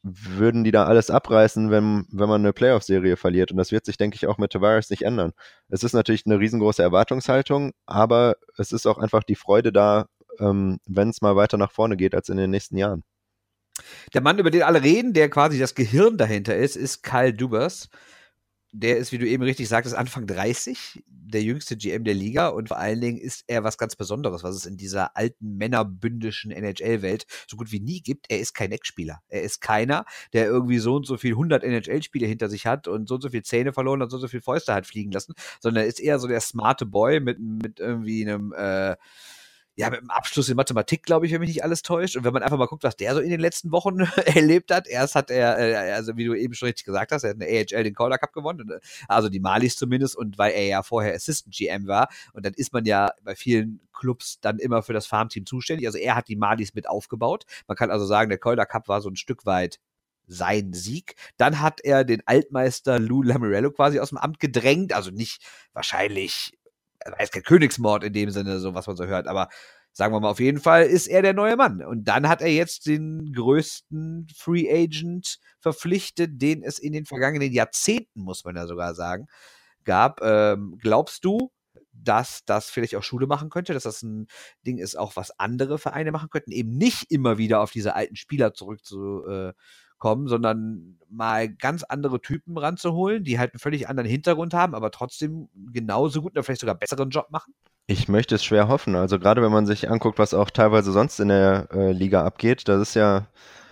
würden die da alles abreißen, wenn, wenn man eine Playoff-Serie verliert. Und das wird sich, denke ich, auch mit Tavares nicht ändern. Es ist natürlich eine riesengroße Erwartungshaltung, aber es ist auch einfach die Freude da, ähm, wenn es mal weiter nach vorne geht als in den nächsten Jahren. Der Mann, über den alle reden, der quasi das Gehirn dahinter ist, ist Kyle Dubas. Der ist, wie du eben richtig sagtest, Anfang dreißig, der jüngste G M der Liga und vor allen Dingen ist er was ganz Besonderes, was es in dieser alten männerbündischen N H L-Welt so gut wie nie gibt. Er ist kein Eckspieler. Er ist keiner, der irgendwie so und so viel hundert N H L-Spiele hinter sich hat und so und so viel Zähne verloren und so und so viel Fäuste hat fliegen lassen, sondern er ist eher so der smarte Boy mit, mit irgendwie einem äh, ja, mit einem Abschluss in Mathematik, glaube ich, wenn mich nicht alles täuscht. Und wenn man einfach mal guckt, was der so in den letzten Wochen erlebt hat. Erst hat er, äh, also wie du eben schon richtig gesagt hast, er hat eine A H L den Calder Cup gewonnen, also die Malis zumindest, und weil er ja vorher Assistant G M war. Und dann ist man ja bei vielen Clubs dann immer für das Farmteam zuständig. Also er hat die Malis mit aufgebaut. Man kann also sagen, der Calder Cup war so ein Stück weit sein Sieg. Dann hat er den Altmeister Lou Lamoriello quasi aus dem Amt gedrängt. Also nicht wahrscheinlich... Er ist kein Königsmord in dem Sinne, so was man so hört, aber sagen wir mal, auf jeden Fall ist er der neue Mann. Und dann hat er jetzt den größten Free Agent verpflichtet, den es in den vergangenen Jahrzehnten, muss man ja sogar sagen, gab. Ähm, glaubst du, dass das vielleicht auch Schule machen könnte, dass das ein Ding ist, auch was andere Vereine machen könnten, eben nicht immer wieder auf diese alten Spieler zurückzukommen, sondern mal ganz andere Typen ranzuholen, die halt einen völlig anderen Hintergrund haben, aber trotzdem genauso gut oder vielleicht sogar besseren Job machen? Ich möchte es schwer hoffen. Also gerade wenn man sich anguckt, was auch teilweise sonst in der äh, Liga abgeht, das ist ja,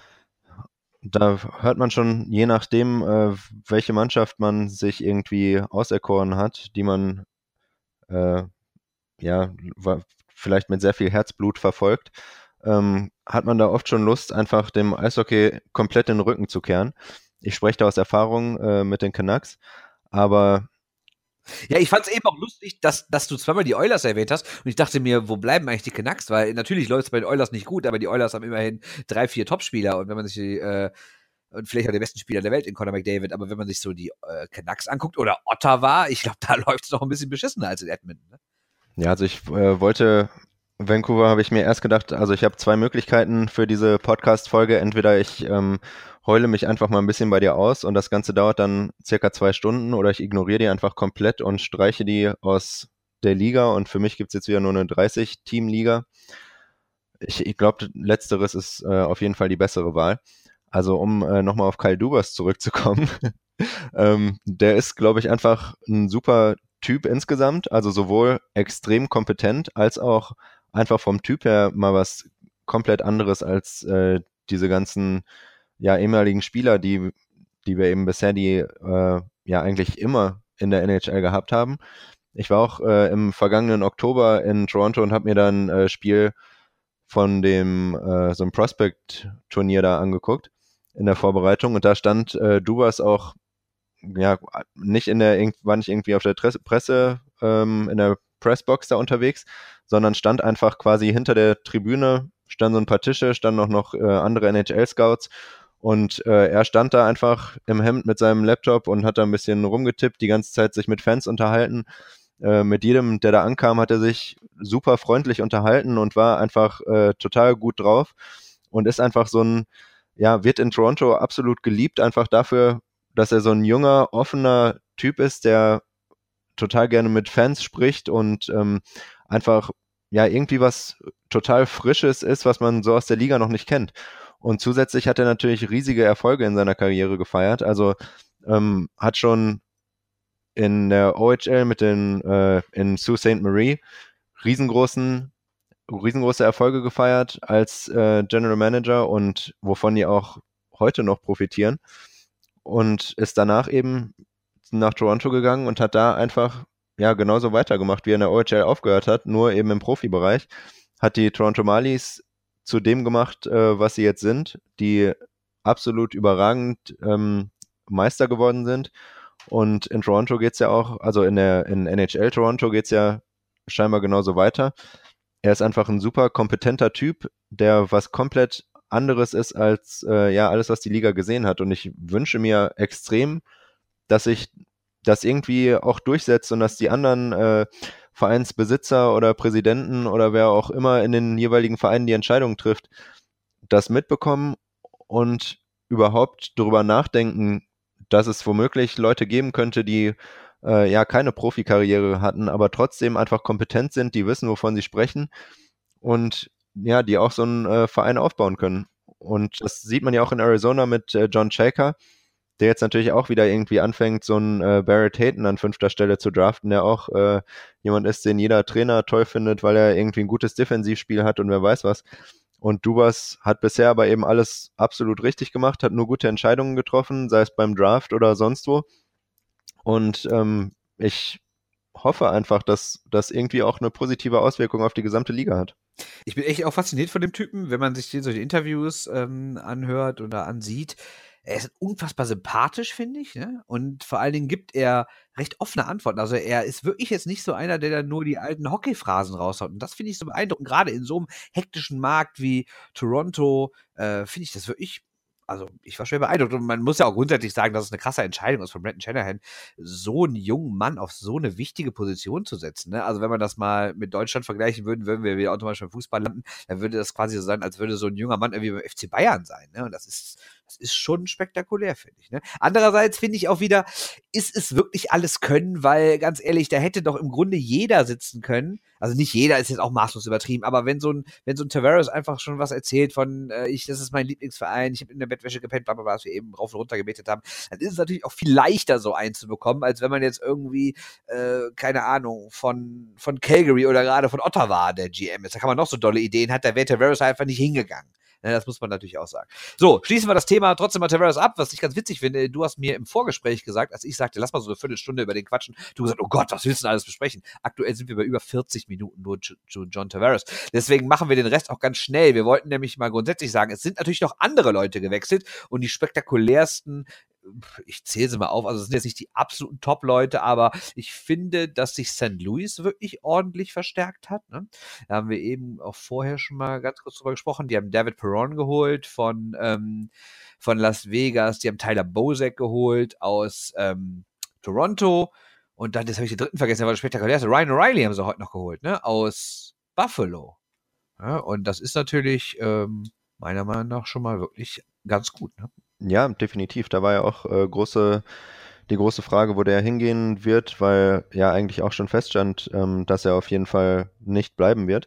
da hört man schon, je nachdem, äh, welche Mannschaft man sich irgendwie auserkoren hat, die man äh, ja vielleicht mit sehr viel Herzblut verfolgt, ähm, hat man da oft schon Lust, einfach dem Eishockey komplett den Rücken zu kehren. Ich spreche da aus Erfahrung äh, mit den Canucks, aber ja, ich fand es eben auch lustig, dass, dass du zweimal die Oilers erwähnt hast und ich dachte mir, wo bleiben eigentlich die Canucks? Weil natürlich läuft es bei den Oilers nicht gut, aber die Oilers haben immerhin drei, vier Topspieler und wenn man sich die, äh, und vielleicht auch der besten Spieler der Welt in Connor McDavid, aber wenn man sich so die äh, Canucks anguckt oder Ottawa, ich glaube, da läuft es noch ein bisschen beschissener als in Edmonton. Ne? Ja, also ich äh, wollte, Vancouver habe ich mir erst gedacht, also ich habe zwei Möglichkeiten für diese Podcast-Folge. Entweder ich ähm, heule mich einfach mal ein bisschen bei dir aus und das Ganze dauert dann circa zwei Stunden oder ich ignoriere die einfach komplett und streiche die aus der Liga und für mich gibt es jetzt wieder nur eine dreißig-Team-Liga. Ich, ich glaube, letzteres ist äh, auf jeden Fall die bessere Wahl. Also um äh, nochmal auf Kyle Dubas zurückzukommen, ähm, der ist, glaube ich, einfach ein super Typ insgesamt, also sowohl extrem kompetent als auch einfach vom Typ her mal was komplett anderes als äh, diese ganzen ja, ehemaligen Spieler, die, die wir eben bisher die äh, ja eigentlich immer in der N H L gehabt haben. Ich war auch äh, im vergangenen Oktober in Toronto und habe mir dann ein äh, Spiel von dem äh, so ein Prospect-Turnier da angeguckt in der Vorbereitung und da stand äh, Dubas auch ja, nicht in der, war nicht irgendwie auf der Presse, ähm, in der Pressbox da unterwegs, sondern stand einfach quasi hinter der Tribüne, standen so ein paar Tische, standen auch noch äh, andere N H L-Scouts und äh, er stand da einfach im Hemd mit seinem Laptop und hat da ein bisschen rumgetippt, die ganze Zeit sich mit Fans unterhalten. Äh, mit jedem, der da ankam, hat er sich super freundlich unterhalten und war einfach äh, total gut drauf und ist einfach so ein, ja, wird in Toronto absolut geliebt, einfach dafür, dass er so ein junger, offener Typ ist, der total gerne mit Fans spricht und ähm, einfach ja irgendwie was total Frisches ist, was man so aus der Liga noch nicht kennt. Und zusätzlich hat er natürlich riesige Erfolge in seiner Karriere gefeiert. Also ähm, hat schon in der O H L mit den äh, in Sault Ste. Marie riesengroßen riesengroße Erfolge gefeiert als äh, General Manager und wovon die auch heute noch profitieren. Und ist danach eben nach Toronto gegangen und hat da einfach ja genauso weitergemacht, wie er in der O H L aufgehört hat, nur eben im Profibereich. Hat die Toronto Marlies zu dem gemacht, äh, was sie jetzt sind, die absolut überragend ähm, Meister geworden sind. Und in Toronto geht es ja auch, also in der in N H L Toronto geht es ja scheinbar genauso weiter. Er ist einfach ein super kompetenter Typ, der was komplett anderes ist als äh, ja alles, was die Liga gesehen hat. Und ich wünsche mir extrem, dass sich das irgendwie auch durchsetzt und dass die anderen äh, Vereinsbesitzer oder Präsidenten oder wer auch immer in den jeweiligen Vereinen die Entscheidung trifft, das mitbekommen und überhaupt darüber nachdenken, dass es womöglich Leute geben könnte, die äh, ja keine Profikarriere hatten, aber trotzdem einfach kompetent sind, die wissen, wovon sie sprechen und ja, die auch so einen äh, Verein aufbauen können. Und das sieht man ja auch in Arizona mit äh, John Shaker, der jetzt natürlich auch wieder irgendwie anfängt, so einen äh, Barrett Hayton an fünfter Stelle zu draften, der auch äh, jemand ist, den jeder Trainer toll findet, weil er irgendwie ein gutes Defensivspiel hat und wer weiß was. Und Dubas hat bisher aber eben alles absolut richtig gemacht, hat nur gute Entscheidungen getroffen, sei es beim Draft oder sonst wo. Und ähm, ich hoffe einfach, dass das irgendwie auch eine positive Auswirkung auf die gesamte Liga hat. Ich bin echt auch fasziniert von dem Typen, wenn man sich die solche Interviews ähm, anhört oder ansieht. Er ist unfassbar sympathisch, finde ich, ne? Und vor allen Dingen gibt er recht offene Antworten. Also er ist wirklich jetzt nicht so einer, der dann nur die alten Hockey-Phrasen raushaut. Und das finde ich so beeindruckend. Gerade in so einem hektischen Markt wie Toronto äh, finde ich das wirklich, also ich war schwer beeindruckt. Und man muss ja auch grundsätzlich sagen, dass es eine krasse Entscheidung ist von Brendan Shanahan, so einen jungen Mann auf so eine wichtige Position zu setzen. Ne? Also wenn man das mal mit Deutschland vergleichen würden, würden wir wieder automatisch beim Fußball landen, dann würde das quasi so sein, als würde so ein junger Mann irgendwie beim F C Bayern sein. Ne? Und das ist, das ist schon spektakulär, finde ich. Ne? Andererseits finde ich auch wieder, ist es wirklich alles können, weil ganz ehrlich, da hätte doch im Grunde jeder sitzen können. Also nicht jeder ist jetzt auch maßlos übertrieben, aber wenn so ein, wenn so ein Tavares einfach schon was erzählt von, äh, ich, das ist mein Lieblingsverein, ich habe in der Bettwäsche gepennt, bla, bla, bla, was wir eben rauf und runter gebetet haben, dann ist es natürlich auch viel leichter, so einzubekommen, als wenn man jetzt irgendwie, äh, keine Ahnung, von, von Calgary oder gerade von Ottawa der G M ist. Da kann man noch so dolle Ideen hat, da wäre Tavares einfach nicht hingegangen. Ja, das muss man natürlich auch sagen. So, schließen wir das Thema trotzdem mal Tavares ab, was ich ganz witzig finde. Du hast mir im Vorgespräch gesagt, als ich sagte, lass mal so eine Viertelstunde über den quatschen, du gesagt, oh Gott, was willst du denn alles besprechen? Aktuell sind wir bei über vierzig Minuten nur zu, zu John Tavares. Deswegen machen wir den Rest auch ganz schnell. Wir wollten nämlich mal grundsätzlich sagen, es sind natürlich noch andere Leute gewechselt und die spektakulärsten, ich zähle sie mal auf, also es sind jetzt nicht die absoluten Top-Leute, aber ich finde, dass sich Sankt Louis wirklich ordentlich verstärkt hat. Ne? Da haben wir eben auch vorher schon mal ganz kurz drüber gesprochen. Die haben David Perron geholt von, ähm, von Las Vegas, die haben Tyler Bozak geholt aus ähm, Toronto und dann, das habe ich den dritten vergessen, der war der spektakulärste, Ryan O'Reilly haben sie heute noch geholt, ne? Aus Buffalo. Ja, und das ist natürlich ähm, meiner Meinung nach schon mal wirklich ganz gut, ne? Ja, definitiv. Da war ja auch äh, große, die große Frage, wo der hingehen wird, weil ja eigentlich auch schon feststand, ähm, dass er auf jeden Fall nicht bleiben wird.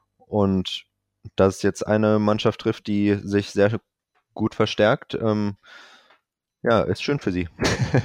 Und dass es jetzt eine Mannschaft trifft, die sich sehr gut verstärkt, ähm, ja, ist schön für sie.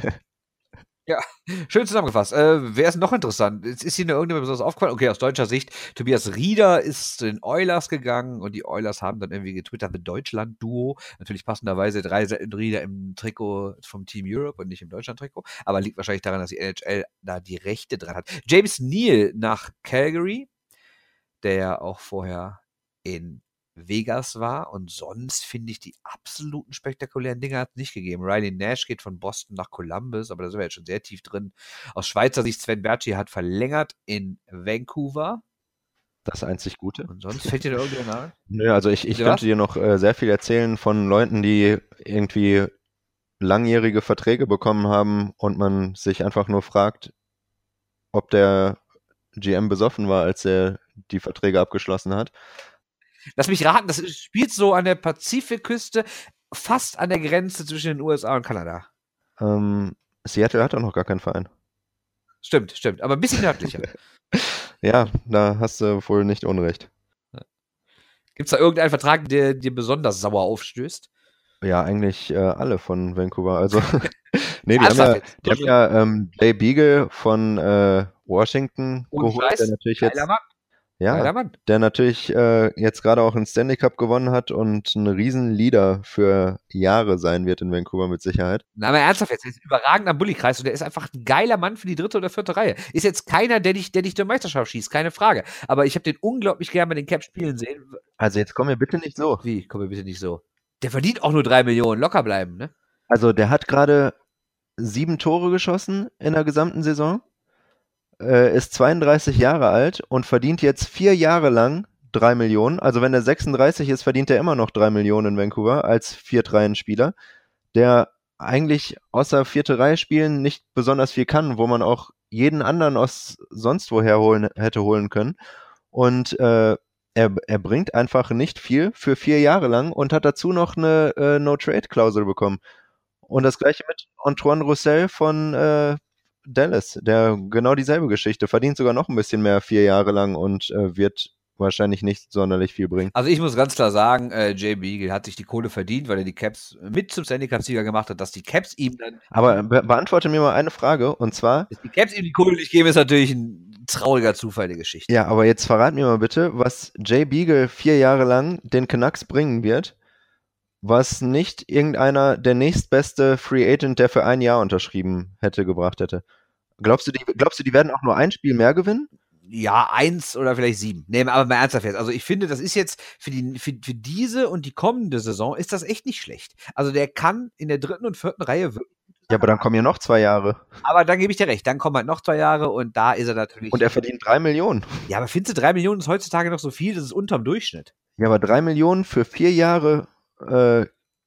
Ja, schön zusammengefasst. Äh, wer ist noch interessant? Jetzt ist hier noch irgendjemand besonders aufgefallen? Okay, aus deutscher Sicht, Tobias Rieder ist zu den Oilers gegangen und die Oilers haben dann irgendwie getwittert mit Deutschland-Duo. Natürlich passenderweise drei Seiten Rieder im Trikot vom Team Europe und nicht im Deutschland-Trikot. Aber liegt wahrscheinlich daran, dass die N H L da die Rechte dran hat. James Neal nach Calgary, der ja auch vorher in Vegas war und sonst finde ich die absoluten spektakulären Dinge hat es nicht gegeben. Riley Nash geht von Boston nach Columbus, aber da sind wir jetzt schon sehr tief drin. Aus Schweizer Sicht, Sven Bertschi hat verlängert in Vancouver. Das einzig Gute. Und sonst fällt dir da irgendwer nach? Nö, also ich, ich könnte dir noch äh, sehr viel erzählen von Leuten, die irgendwie langjährige Verträge bekommen haben und man sich einfach nur fragt, ob der G M besoffen war, als er die Verträge abgeschlossen hat. Lass mich raten, das spielt so an der Pazifikküste, fast an der Grenze zwischen den U S A und Kanada. Ähm, Seattle hat auch noch gar keinen Verein. Stimmt, stimmt, aber ein bisschen nördlicher. Ja, da hast du wohl nicht unrecht. Gibt es da irgendeinen Vertrag, der dir besonders sauer aufstößt? Ja, eigentlich äh, alle von Vancouver. Also, nee, die haben ja, die haben ja ähm, Jay Beagle von äh, Washington und geholt, Scheiß, der natürlich jetzt, Mann. ja, der natürlich äh, jetzt gerade auch einen Stanley Cup gewonnen hat und ein Riesenleader für Jahre sein wird in Vancouver mit Sicherheit. Na, aber ernsthaft jetzt, der ist überragend am Bullykreis und der ist einfach ein geiler Mann für die dritte oder vierte Reihe. Ist jetzt keiner, der dich, der dich zur Meisterschaft schießt, keine Frage. Aber ich habe den unglaublich gerne bei den Caps spielen sehen. Also jetzt komm mir bitte nicht so. Wie? Komm mir bitte nicht so. Der verdient auch nur drei Millionen, locker bleiben, ne? Also der hat gerade sieben Tore geschossen in der gesamten Saison. Äh, ist zweiunddreißig Jahre alt und verdient jetzt vier Jahre lang drei Millionen. Also wenn er sechsunddreißig ist, verdient er immer noch drei Millionen in Vancouver als Viertreihenspieler, der eigentlich außer vierte Reihe spielen nicht besonders viel kann, wo man auch jeden anderen aus sonst woher holen, hätte holen können. Und äh, er, er bringt einfach nicht viel für vier Jahre lang und hat dazu noch eine äh, No-Trade-Klausel bekommen. Und das gleiche mit Antoine Roussel von äh, Dallas, der genau dieselbe Geschichte, verdient sogar noch ein bisschen mehr vier Jahre lang und äh, wird wahrscheinlich nicht sonderlich viel bringen. Also ich muss ganz klar sagen, äh, Jay Beagle hat sich die Kohle verdient, weil er die Caps mit zum Stanley Cup-Sieger gemacht hat, dass die Caps ihm dann... Aber be beantworte mir mal eine Frage, und zwar... Dass die Caps ihm die Kohle nicht geben, ist natürlich ein trauriger Zufall der Geschichte. Ja, aber jetzt verrat mir mal bitte, was Jay Beagle vier Jahre lang den Canucks bringen wird, was nicht irgendeiner, der nächstbeste Free Agent, der für ein Jahr unterschrieben hätte, gebracht hätte. Glaubst du, die, glaubst du, die werden auch nur ein Spiel mehr gewinnen? Ja, eins oder vielleicht sieben. Nee, aber mal ernsthaft jetzt. Also ich finde, das ist jetzt für, die, für, für diese und die kommende Saison ist das echt nicht schlecht. Also der kann in der dritten und vierten Reihe wirklich. Ja, aber dann kommen ja noch zwei Jahre. Aber dann gebe ich dir recht, dann kommen halt noch zwei Jahre und da ist er natürlich... Und er verdient drei Millionen. Ja, aber findest du, drei Millionen ist heutzutage noch so viel? Das ist unterm Durchschnitt. Ja, aber drei Millionen für vier Jahre äh,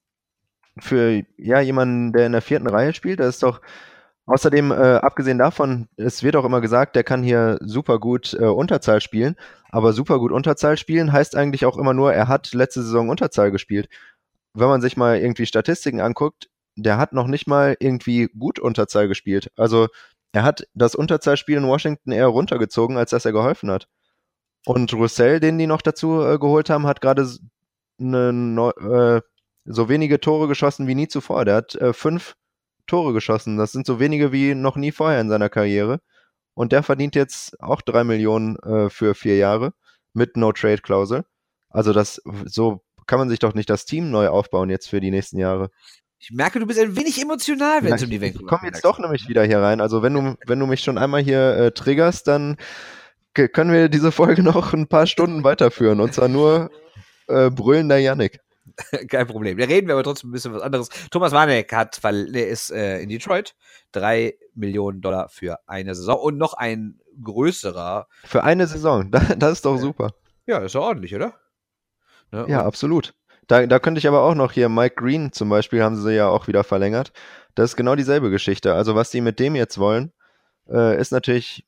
für ja, jemanden, der in der vierten Reihe spielt, das ist doch... Außerdem, äh, abgesehen davon, es wird auch immer gesagt, der kann hier super gut äh, Unterzahl spielen, aber super gut Unterzahl spielen heißt eigentlich auch immer nur, er hat letzte Saison Unterzahl gespielt. Wenn man sich mal irgendwie Statistiken anguckt, der hat noch nicht mal irgendwie gut Unterzahl gespielt. Also er hat das Unterzahlspiel in Washington eher runtergezogen, als dass er geholfen hat. Und Roussel, den die noch dazu äh, geholt haben, hat gerade ne, ne, äh, so wenige Tore geschossen wie nie zuvor. Der hat äh, fünf Tore geschossen. Das sind so wenige wie noch nie vorher in seiner Karriere. Und der verdient jetzt auch drei Millionen äh, für vier Jahre mit No-Trade-Klausel. Also das, so kann man sich doch nicht das Team neu aufbauen jetzt für die nächsten Jahre. Ich merke, du bist ein wenig emotional, wenn Ja, es um die ich, Vancouver ich komme jetzt doch nämlich wieder hier rein. Also wenn du, wenn du mich schon einmal hier äh, triggerst, dann k- können wir diese Folge noch ein paar Stunden weiterführen. Und zwar nur äh, brüllender Yannick. Kein Problem. Da reden wir aber trotzdem ein bisschen was anderes. Thomas Warneck hat, weil der ist äh, in Detroit, drei Millionen Dollar für eine Saison und noch ein größerer. Für eine Saison, das ist doch super. Ja, ist ja ordentlich, oder? Ne? Ja, Und absolut. Da, da könnte ich aber auch noch hier, Mike Green zum Beispiel, haben sie ja auch wieder verlängert. Das ist genau dieselbe Geschichte. Also was die mit dem jetzt wollen, äh, ist natürlich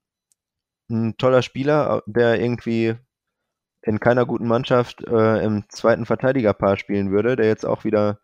ein toller Spieler, der irgendwie in keiner guten Mannschaft äh, im zweiten Verteidigerpaar spielen würde, der jetzt auch wieder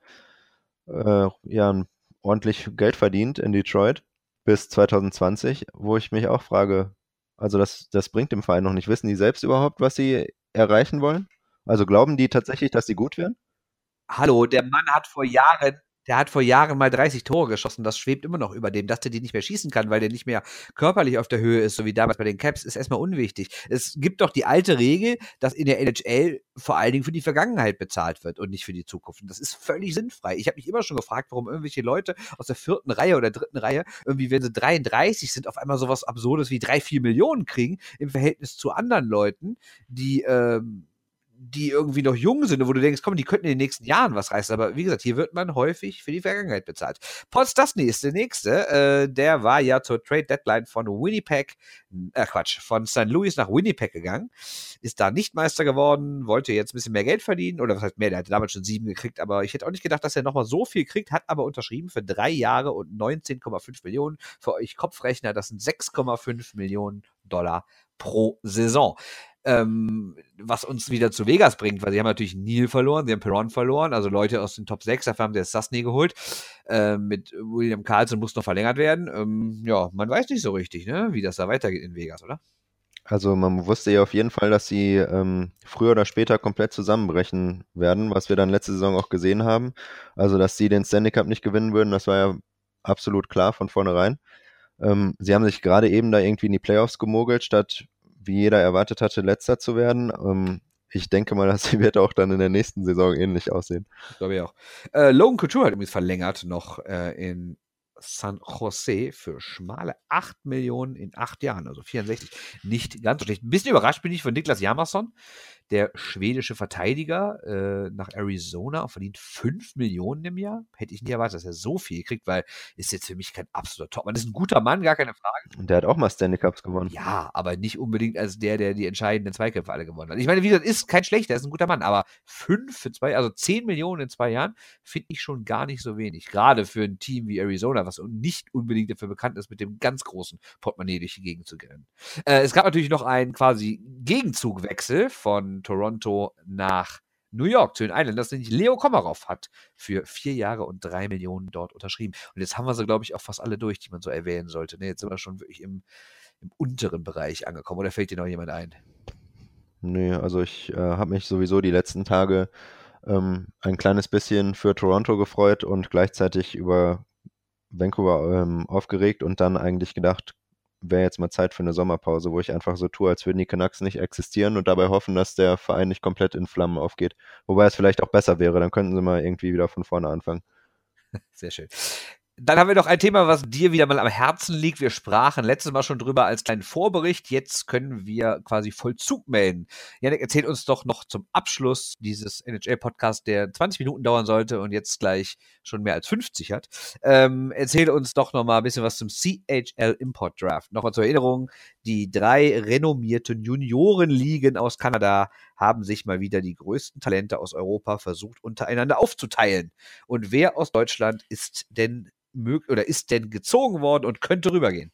äh, ja, ordentlich Geld verdient in Detroit bis zwanzig zwanzig, wo ich mich auch frage, also das, das bringt dem Verein noch nicht. Wissen die selbst überhaupt, was sie erreichen wollen? Also glauben die tatsächlich, dass sie gut werden? hallo, der Mann hat vor Jahren, der hat vor Jahren mal dreißig Tore geschossen. Das schwebt immer noch über dem, dass der die nicht mehr schießen kann, weil der nicht mehr körperlich auf der Höhe ist, so wie damals bei den Caps, ist erstmal unwichtig. Es gibt doch die alte Regel, dass in der N H L vor allen Dingen für die Vergangenheit bezahlt wird und nicht für die Zukunft. Und das ist völlig sinnfrei. Ich habe mich immer schon gefragt, warum irgendwelche Leute aus der vierten Reihe oder dritten Reihe irgendwie, wenn sie dreiunddreißig sind, auf einmal sowas Absurdes wie drei, vier Millionen kriegen im Verhältnis zu anderen Leuten, die ähm, die irgendwie noch jung sind, wo du denkst, komm, die könnten in den nächsten Jahren was reißen. Aber wie gesagt, hier wird man häufig für die Vergangenheit bezahlt. Paul Stastny ist der nächste. Äh, der war ja zur Trade Deadline von Winnipeg, äh Quatsch, von Sankt Louis nach Winnipeg gegangen. Ist da nicht Meister geworden, wollte jetzt ein bisschen mehr Geld verdienen. Oder was heißt mehr, der hatte damals schon sieben gekriegt. Aber ich hätte auch nicht gedacht, dass er nochmal so viel kriegt. Hat aber unterschrieben für drei Jahre und neunzehn Komma fünf Millionen. Für euch Kopfrechner, das sind sechs Komma fünf Millionen Dollar pro Saison. Ähm, was uns wieder zu Vegas bringt, weil sie haben natürlich Neil verloren, sie haben Perron verloren, also Leute aus den Top sechs, dafür haben sie jetzt Stastny geholt. Ähm, mit William Karlsson muss noch verlängert werden. Ähm, ja, man weiß nicht so richtig, ne, wie das da weitergeht in Vegas, oder? Also man wusste ja auf jeden Fall, dass sie ähm, früher oder später komplett zusammenbrechen werden, was wir dann letzte Saison auch gesehen haben. Also dass sie den Stanley Cup nicht gewinnen würden, das war ja absolut klar von vornherein. Ähm, sie haben sich gerade eben da irgendwie in die Playoffs gemogelt, statt wie jeder erwartet hatte, letzter zu werden. Ähm, ich denke mal, das wird auch dann in der nächsten Saison ähnlich aussehen. Ich glaube ich auch. Äh, Logan Couture hat übrigens verlängert noch äh, in San Jose für schmale acht Millionen in acht Jahren, also vierundsechzig. Nicht ganz so schlecht. Ein bisschen überrascht bin ich von Niklas Yamasson. der schwedische Verteidiger äh, nach Arizona und verdient fünf Millionen im Jahr. Hätte ich nie erwartet, dass er so viel kriegt, weil ist jetzt für mich kein absoluter Topmann. Das ist ein guter Mann, gar keine Frage. Und der hat auch mal Stanley Cups gewonnen. Ja, aber nicht unbedingt als der, der die entscheidenden Zweikämpfe alle gewonnen hat. Ich meine, wie gesagt, ist kein schlechter, ist ein guter Mann, aber fünf für zwei, also zehn Millionen in zwei Jahren, finde ich schon gar nicht so wenig. Gerade für ein Team wie Arizona, was nicht unbedingt dafür bekannt ist, mit dem ganz großen Portemonnaie durch die Gegend zu rennen. Äh, es gab natürlich noch einen quasi Gegenzugwechsel von Toronto nach New York zu den Islanders, den Leo Komarov hat für vier Jahre und drei Millionen dort unterschrieben. Und jetzt haben wir sie, glaube ich, auch fast alle durch, die man so erwähnen sollte. Ne, jetzt sind wir schon wirklich im, im unteren Bereich angekommen. Oder fällt dir noch jemand ein? Nee, also ich äh, habe mich sowieso die letzten Tage ähm, ein kleines bisschen für Toronto gefreut und gleichzeitig über Vancouver ähm, aufgeregt und dann eigentlich gedacht, wäre jetzt mal Zeit für eine Sommerpause, wo ich einfach so tue, als würden die Canucks nicht existieren und dabei hoffen, dass der Verein nicht komplett in Flammen aufgeht. Wobei es vielleicht auch besser wäre, dann könnten sie mal irgendwie wieder von vorne anfangen. Sehr schön. Dann haben wir noch ein Thema, was dir wieder mal am Herzen liegt. Wir sprachen letztes Mal schon drüber als kleinen Vorbericht. Jetzt können wir quasi Vollzug melden. Jannik, erzähl uns doch noch zum Abschluss dieses N H L-Podcasts, der zwanzig Minuten dauern sollte und jetzt gleich schon mehr als fünfzig hat. Ähm, erzähl uns doch noch mal ein bisschen was zum C H L Import Draft. Nochmal zur Erinnerung, die drei renommierten Juniorenligen aus Kanada haben sich mal wieder die größten Talente aus Europa versucht, untereinander aufzuteilen. Und wer aus Deutschland ist denn mög- oder ist denn gezogen worden und könnte rübergehen?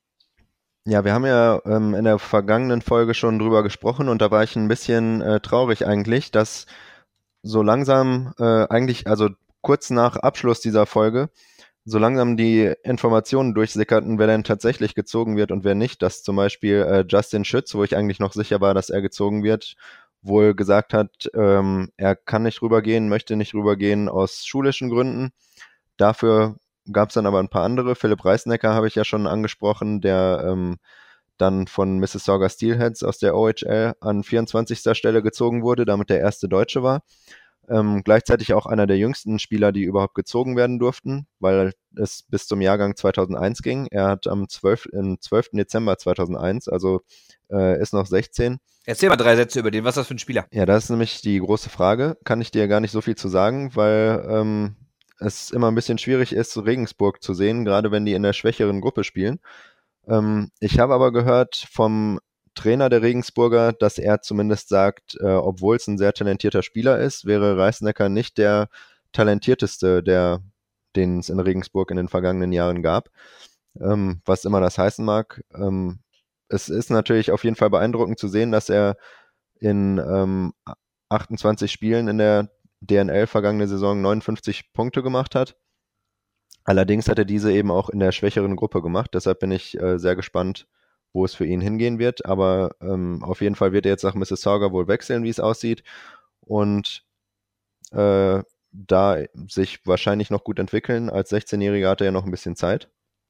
Ja, wir haben ja ähm, in der vergangenen Folge schon drüber gesprochen und da war ich ein bisschen äh, traurig eigentlich, dass so langsam äh, eigentlich, also kurz nach Abschluss dieser Folge, so langsam die Informationen durchsickerten, wer denn tatsächlich gezogen wird und wer nicht, dass zum Beispiel äh, Justin Schütz, wo ich eigentlich noch sicher war, dass er gezogen wird, wohl gesagt hat, ähm, er kann nicht rübergehen, möchte nicht rübergehen aus schulischen Gründen. Dafür gab es dann aber ein paar andere. Philipp Reisnecker habe ich ja schon angesprochen, der ähm, dann von Mississauga Steelheads aus der O H L an vierundzwanzigster Stelle gezogen wurde, damit der erste Deutsche war. Ähm, gleichzeitig auch einer der jüngsten Spieler, die überhaupt gezogen werden durften, weil es bis zum Jahrgang zweitausendeins ging. Er hat am zwölften Dezember zweitausendeins, also äh, ist noch sechzehn. Erzähl mal drei Sätze über den. Was ist das für ein Spieler? Ja, das ist nämlich die große Frage. Kann ich dir gar nicht so viel zu sagen, weil ähm, es immer ein bisschen schwierig ist, Regensburg zu sehen, gerade wenn die in der schwächeren Gruppe spielen. Ähm, ich habe aber gehört vom Trainer der Regensburger, dass er zumindest sagt, äh, obwohl es ein sehr talentierter Spieler ist, wäre Reisnecker nicht der talentierteste, der, den es in Regensburg in den vergangenen Jahren gab. Ähm, was immer das heißen mag. Ähm, es ist natürlich auf jeden Fall beeindruckend zu sehen, dass er in ähm, achtundzwanzig Spielen in der D N L vergangene Saison neunundfünfzig Punkte gemacht hat. Allerdings hat er diese eben auch in der schwächeren Gruppe gemacht. Deshalb bin ich äh, sehr gespannt, wo es für ihn hingehen wird. Aber ähm, auf jeden Fall wird er jetzt nach Mississauga wohl wechseln, wie es aussieht. Und äh, da sich wahrscheinlich noch gut entwickeln. Als sechzehnjähriger hat er ja noch ein bisschen Zeit.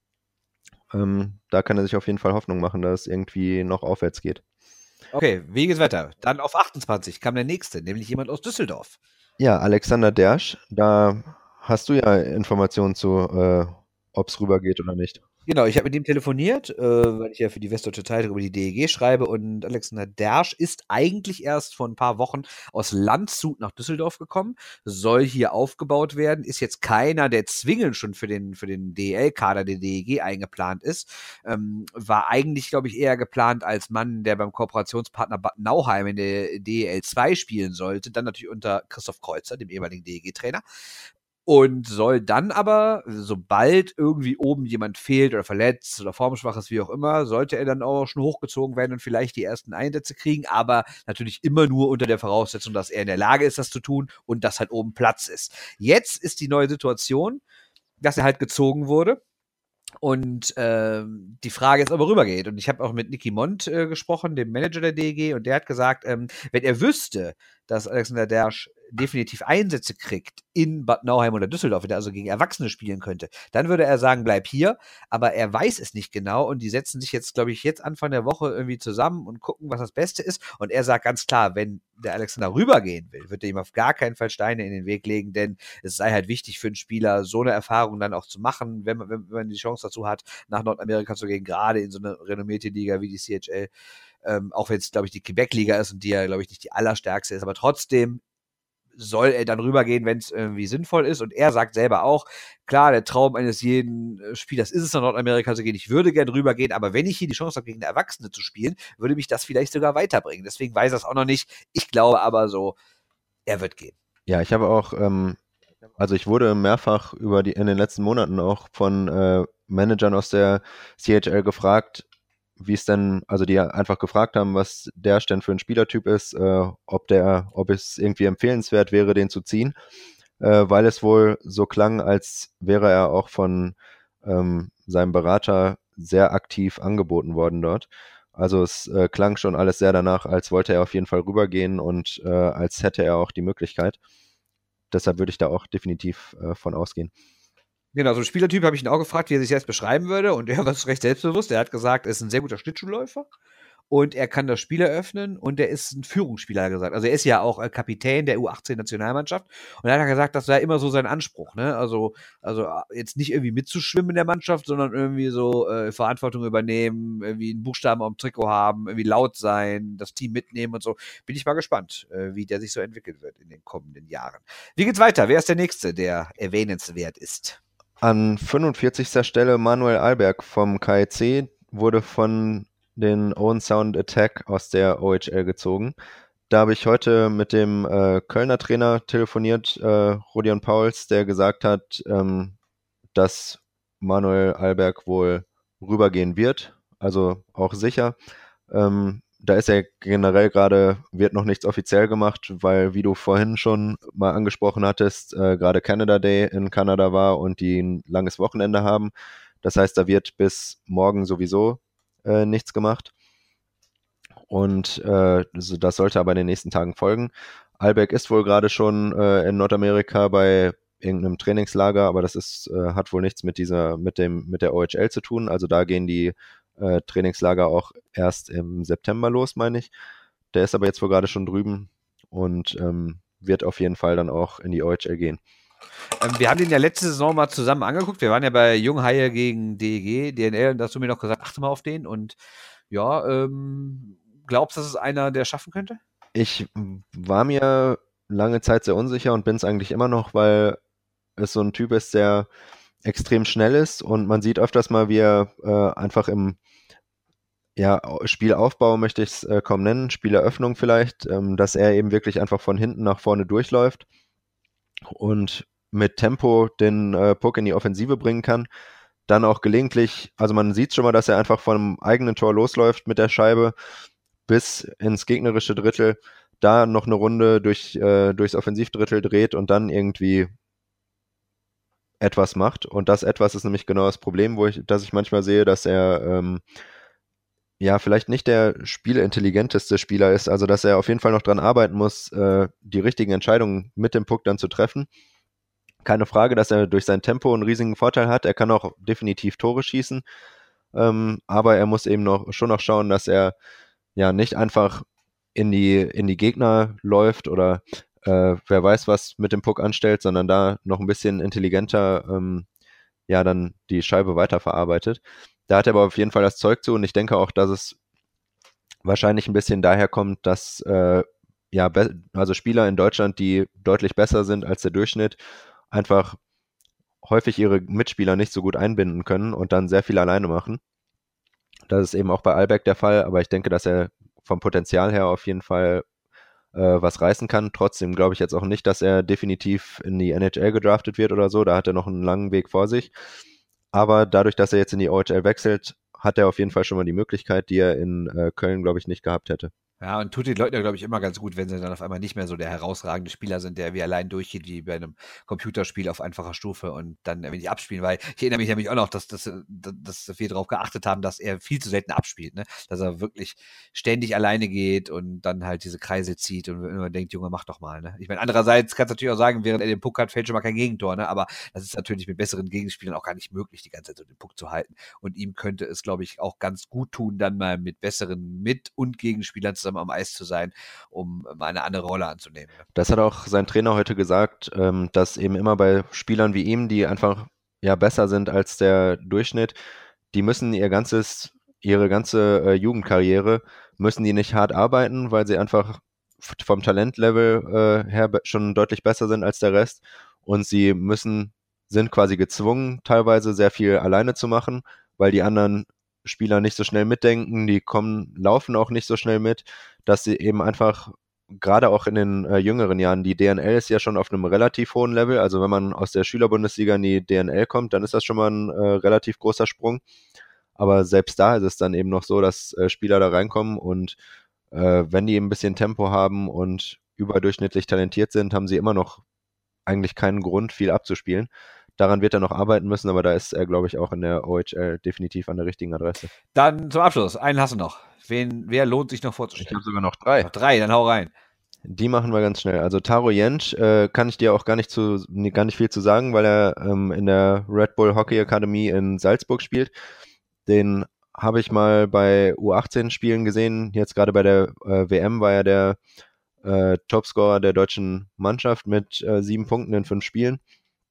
Ähm, da kann er sich auf jeden Fall Hoffnung machen, dass es irgendwie noch aufwärts geht. Okay, wie geht's weiter? Dann auf achtundzwanzig kam der nächste, nämlich jemand aus Düsseldorf. Ja, Alexander Dersch, da hast du ja Informationen zu, äh, ob es rübergeht oder nicht. Genau, ich habe mit ihm telefoniert, äh, weil ich ja für die Westdeutsche Zeitung über die D E G schreibe und Alexander Dersch ist eigentlich erst vor ein paar Wochen aus Landshut nach Düsseldorf gekommen, soll hier aufgebaut werden, ist jetzt keiner, der zwingend schon für den, für den D E L-Kader der D E G eingeplant ist, ähm, war eigentlich, glaube ich, eher geplant als Mann, der beim Kooperationspartner Bad Nauheim in der D E L zwei spielen sollte, dann natürlich unter Christoph Kreuzer, dem ehemaligen D E G-Trainer. Und soll dann aber, sobald irgendwie oben jemand fehlt oder verletzt oder formschwach ist, wie auch immer, sollte er dann auch schon hochgezogen werden und vielleicht die ersten Einsätze kriegen, aber natürlich immer nur unter der Voraussetzung, dass er in der Lage ist, das zu tun und dass halt oben Platz ist. Jetzt ist die neue Situation, dass er halt gezogen wurde. Und ähm, die Frage jetzt aber rübergeht. Und ich habe auch mit Nicky Mond äh, gesprochen, dem Manager der D E G, und der hat gesagt, ähm, wenn er wüsste, dass Alexander Dersch definitiv Einsätze kriegt in Bad Nauheim oder Düsseldorf, wenn er also gegen Erwachsene spielen könnte, dann würde er sagen, bleib hier, aber er weiß es nicht genau und die setzen sich jetzt, glaube ich, jetzt Anfang der Woche irgendwie zusammen und gucken, was das Beste ist, und er sagt ganz klar, wenn der Alexander rübergehen will, wird er ihm auf gar keinen Fall Steine in den Weg legen, denn es sei halt wichtig für einen Spieler, so eine Erfahrung dann auch zu machen, wenn man, wenn man die Chance dazu hat, nach Nordamerika zu gehen, gerade in so eine renommierte Liga wie die C H L. ähm, auch wenn es, glaube ich, die Quebec-Liga ist und die ja, glaube ich, nicht die allerstärkste ist, aber trotzdem soll er dann rübergehen, wenn es irgendwie sinnvoll ist. Und er sagt selber auch, klar, der Traum eines jeden Spielers ist es, nach Nordamerika zu gehen. Ich würde gern rübergehen, aber wenn ich hier die Chance habe, gegen Erwachsene zu spielen, würde mich das vielleicht sogar weiterbringen. Deswegen weiß er es auch noch nicht. Ich glaube aber so, er wird gehen. Ja, ich habe auch, ähm, also ich wurde mehrfach über die in den letzten Monaten auch von äh, Managern aus der C H L gefragt, wie es denn, also die einfach gefragt haben, was der denn für ein Spielertyp ist, äh, ob der, ob es irgendwie empfehlenswert wäre, den zu ziehen, äh, weil es wohl so klang, als wäre er auch von ähm, seinem Berater sehr aktiv angeboten worden dort. Also es äh, klang schon alles sehr danach, als wollte er auf jeden Fall rübergehen und äh, als hätte er auch die Möglichkeit. Deshalb würde ich da auch definitiv äh, von ausgehen. Genau, so ein Spielertyp habe ich ihn auch gefragt, wie er sich selbst beschreiben würde. Und er war recht selbstbewusst. Er hat gesagt, er ist ein sehr guter Schlittschuhläufer und er kann das Spiel eröffnen und er ist ein Führungsspieler, hat er gesagt. Also er ist ja auch Kapitän der U achtzehn-Nationalmannschaft und er hat gesagt, das war immer so sein Anspruch. Ne? Also, also jetzt nicht irgendwie mitzuschwimmen in der Mannschaft, sondern irgendwie so äh, Verantwortung übernehmen, irgendwie einen Buchstaben auf dem Trikot haben, irgendwie laut sein, das Team mitnehmen und so. Bin ich mal gespannt, äh, wie der sich so entwickeln wird in den kommenden Jahren. Wie geht's weiter? Wer ist der Nächste, der erwähnenswert ist? An fünfundvierzigster Stelle Manuel Alberg vom K I C wurde von den Owen Sound Attack aus der O H L gezogen. Da habe ich heute mit dem äh, Kölner Trainer telefoniert, äh, Rodion Pauls, der gesagt hat, ähm, dass Manuel Alberg wohl rübergehen wird, also auch sicher. Ähm, da ist ja generell gerade, wird noch nichts offiziell gemacht, weil, wie du vorhin schon mal angesprochen hattest, äh, gerade Canada Day in Kanada war und die ein langes Wochenende haben. Das heißt, da wird bis morgen sowieso äh, nichts gemacht. Und äh, das sollte aber in den nächsten Tagen folgen. Alberg ist wohl gerade schon äh, in Nordamerika bei irgendeinem Trainingslager, aber das ist, äh, hat wohl nichts mit dieser, mit dem, mit der O H L zu tun. Also da gehen die äh, Trainingslager auch erst im September los, meine ich. Der ist aber jetzt wohl gerade schon drüben und ähm, wird auf jeden Fall dann auch in die O H L gehen. Ähm, wir haben den ja letzte Saison mal zusammen angeguckt. Wir waren ja bei Junghaie gegen D E G, D N L, und da hast du mir noch gesagt, achte mal auf den. Und ja, ähm, glaubst du, das ist einer, der schaffen könnte? Ich war mir lange Zeit sehr unsicher und bin es eigentlich immer noch, weil es so ein Typ ist, der extrem schnell ist und man sieht öfters mal, wie er äh, einfach im ja, Spielaufbau möchte ich es äh, kaum nennen, Spieleröffnung vielleicht, ähm, dass er eben wirklich einfach von hinten nach vorne durchläuft und mit Tempo den äh, Puck in die Offensive bringen kann. Dann auch gelegentlich, also man sieht schon mal, dass er einfach vom eigenen Tor losläuft mit der Scheibe bis ins gegnerische Drittel, da noch eine Runde durch, äh, durchs Offensivdrittel dreht und dann irgendwie etwas macht. Und das etwas ist nämlich genau das Problem, wo ich, dass ich manchmal sehe, dass er ähm, ja vielleicht nicht der spielintelligenteste Spieler ist, also dass er auf jeden Fall noch dran arbeiten muss, äh, die richtigen Entscheidungen mit dem Puck dann zu treffen. Keine Frage, dass er durch sein Tempo einen riesigen Vorteil hat. Er kann auch definitiv Tore schießen, ähm, aber er muss eben noch schon noch schauen, dass er ja nicht einfach in die, in die Gegner läuft oder äh, wer weiß was mit dem Puck anstellt, sondern da noch ein bisschen intelligenter ähm, ja dann die Scheibe weiterverarbeitet. Da hat er aber auf jeden Fall das Zeug zu und ich denke auch, dass es wahrscheinlich ein bisschen daher kommt, dass äh, ja, be- also Spieler in Deutschland, die deutlich besser sind als der Durchschnitt, einfach häufig ihre Mitspieler nicht so gut einbinden können und dann sehr viel alleine machen. Das ist eben auch bei Albeck der Fall, aber ich denke, dass er vom Potenzial her auf jeden Fall äh, was reißen kann. Trotzdem glaube ich jetzt auch nicht, dass er definitiv in die N H L gedraftet wird oder so. Da hat er noch einen langen Weg vor sich. Aber dadurch, dass er jetzt in die O H L wechselt, hat er auf jeden Fall schon mal die Möglichkeit, die er in äh, Köln, glaube ich, nicht gehabt hätte. Ja, und tut den Leuten, glaube ich, immer ganz gut, wenn sie dann auf einmal nicht mehr so der herausragende Spieler sind, der wie allein durchgeht, wie bei einem Computerspiel auf einfacher Stufe und dann wenn die abspielen, weil ich erinnere mich nämlich auch noch, dass, dass, dass wir darauf geachtet haben, dass er viel zu selten abspielt, ne? Dass er wirklich ständig alleine geht und dann halt diese Kreise zieht und immer denkt, Junge, mach doch mal, ne? Ich meine, andererseits kannst du natürlich auch sagen, während er den Puck hat, fällt schon mal kein Gegentor, ne? Aber das ist natürlich mit besseren Gegenspielern auch gar nicht möglich, die ganze Zeit so den Puck zu halten. Und ihm könnte es, glaube ich, auch ganz gut tun, dann mal mit besseren Mit- und Gegenspielern zusammen am Eis zu sein, um mal eine andere Rolle anzunehmen. Das hat auch sein Trainer heute gesagt, ähm, dass eben immer bei Spielern wie ihm, die einfach ja besser sind als der Durchschnitt, die müssen ihr ganzes ihre ganze äh, Jugendkarriere müssen die nicht hart arbeiten, weil sie einfach vom Talentlevel äh, her be- schon deutlich besser sind als der Rest und sie müssen, sind quasi gezwungen, teilweise sehr viel alleine zu machen, weil die anderen Spieler nicht so schnell mitdenken, die kommen, laufen auch nicht so schnell mit, dass sie eben einfach, gerade auch in den äh, jüngeren Jahren, die D N L ist ja schon auf einem relativ hohen Level, also wenn man aus der Schülerbundesliga in die D N L kommt, dann ist das schon mal ein äh, relativ großer Sprung, aber selbst da ist es dann eben noch so, dass äh, Spieler da reinkommen und äh, wenn die eben ein bisschen Tempo haben und überdurchschnittlich talentiert sind, haben sie immer noch eigentlich keinen Grund, viel abzuspielen. Daran wird er noch arbeiten müssen, aber da ist er, glaube ich, auch in der O H L definitiv an der richtigen Adresse. Dann zum Abschluss, einen hast du noch. Wen, wer lohnt sich noch Ich vorzustellen? habe sogar noch drei. Noch drei, dann hau rein. Die machen wir ganz schnell. Also Taro Jentsch äh, kann ich dir auch gar nicht, zu, nee, gar nicht viel zu sagen, weil er ähm, in der Red Bull Hockey Academy in Salzburg spielt. Den habe ich mal bei U achtzehn Spielen gesehen. Jetzt gerade bei der äh, W M war er der äh, Topscorer der deutschen Mannschaft mit äh, sieben Punkten in fünf Spielen.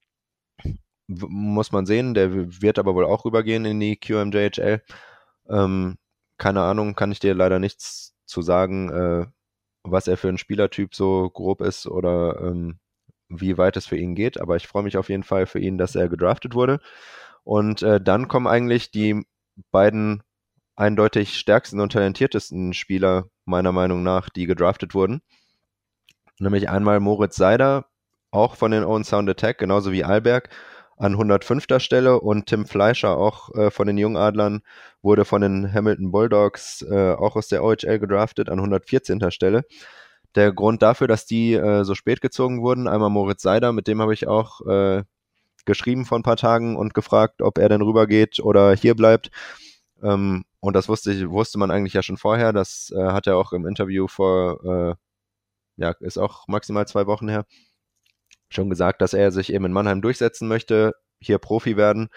W muss man sehen, der wird aber wohl auch rübergehen in die Q M J H L. Ähm, keine Ahnung, kann ich dir leider nichts zu sagen, äh, was er für ein Spielertyp so grob ist oder ähm, wie weit es für ihn geht. Aber ich freue mich auf jeden Fall für ihn, dass er gedraftet wurde. Und äh, dann kommen eigentlich die beiden eindeutig stärksten und talentiertesten Spieler meiner Meinung nach, die gedraftet wurden. Nämlich einmal Moritz Seider, auch von den Owen Sound Attack, genauso wie Alberg, an hundertfünfter Stelle und Tim Fleischer, auch äh, von den Jungadlern, wurde von den Hamilton Bulldogs äh, auch aus der O H L gedraftet an hundertvierzehnter Stelle. Der Grund dafür, dass die äh, so spät gezogen wurden, einmal Moritz Seider, mit dem habe ich auch äh, geschrieben vor ein paar Tagen und gefragt, ob er denn rübergeht oder hier bleibt. Ähm, und das wusste, ich, wusste man eigentlich ja schon vorher. Das äh, hat er auch im Interview vor, äh, ja, ist auch maximal zwei Wochen her, schon gesagt, dass er sich eben in Mannheim durchsetzen möchte, hier Profi werden.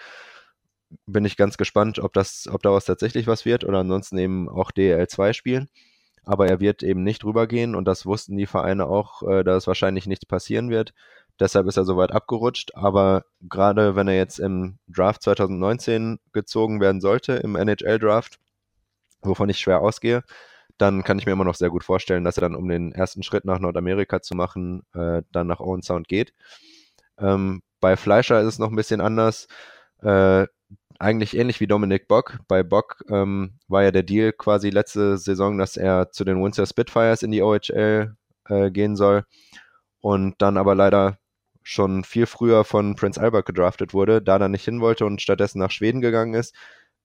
Bin ich ganz gespannt, ob das, ob daraus tatsächlich was wird oder ansonsten eben auch D L zwei spielen. Aber er wird eben nicht rübergehen und das wussten die Vereine auch, äh, dass wahrscheinlich nichts passieren wird. Deshalb ist er so weit abgerutscht. Aber gerade wenn er jetzt im Draft zwanzig neunzehn gezogen werden sollte, im N H L-Draft, wovon ich schwer ausgehe, dann kann ich mir immer noch sehr gut vorstellen, dass er dann, um den ersten Schritt nach Nordamerika zu machen, äh, dann nach Owen Sound geht. Ähm, bei Fleischer ist es noch ein bisschen anders. Äh, eigentlich ähnlich wie Dominik Bock. Bei Bock ähm, war ja der Deal quasi letzte Saison, dass er zu den Windsor Spitfires in die O H L äh, gehen soll und dann aber leider schon viel früher von Prince Albert gedraftet wurde, da er nicht hin wollte und stattdessen nach Schweden gegangen ist.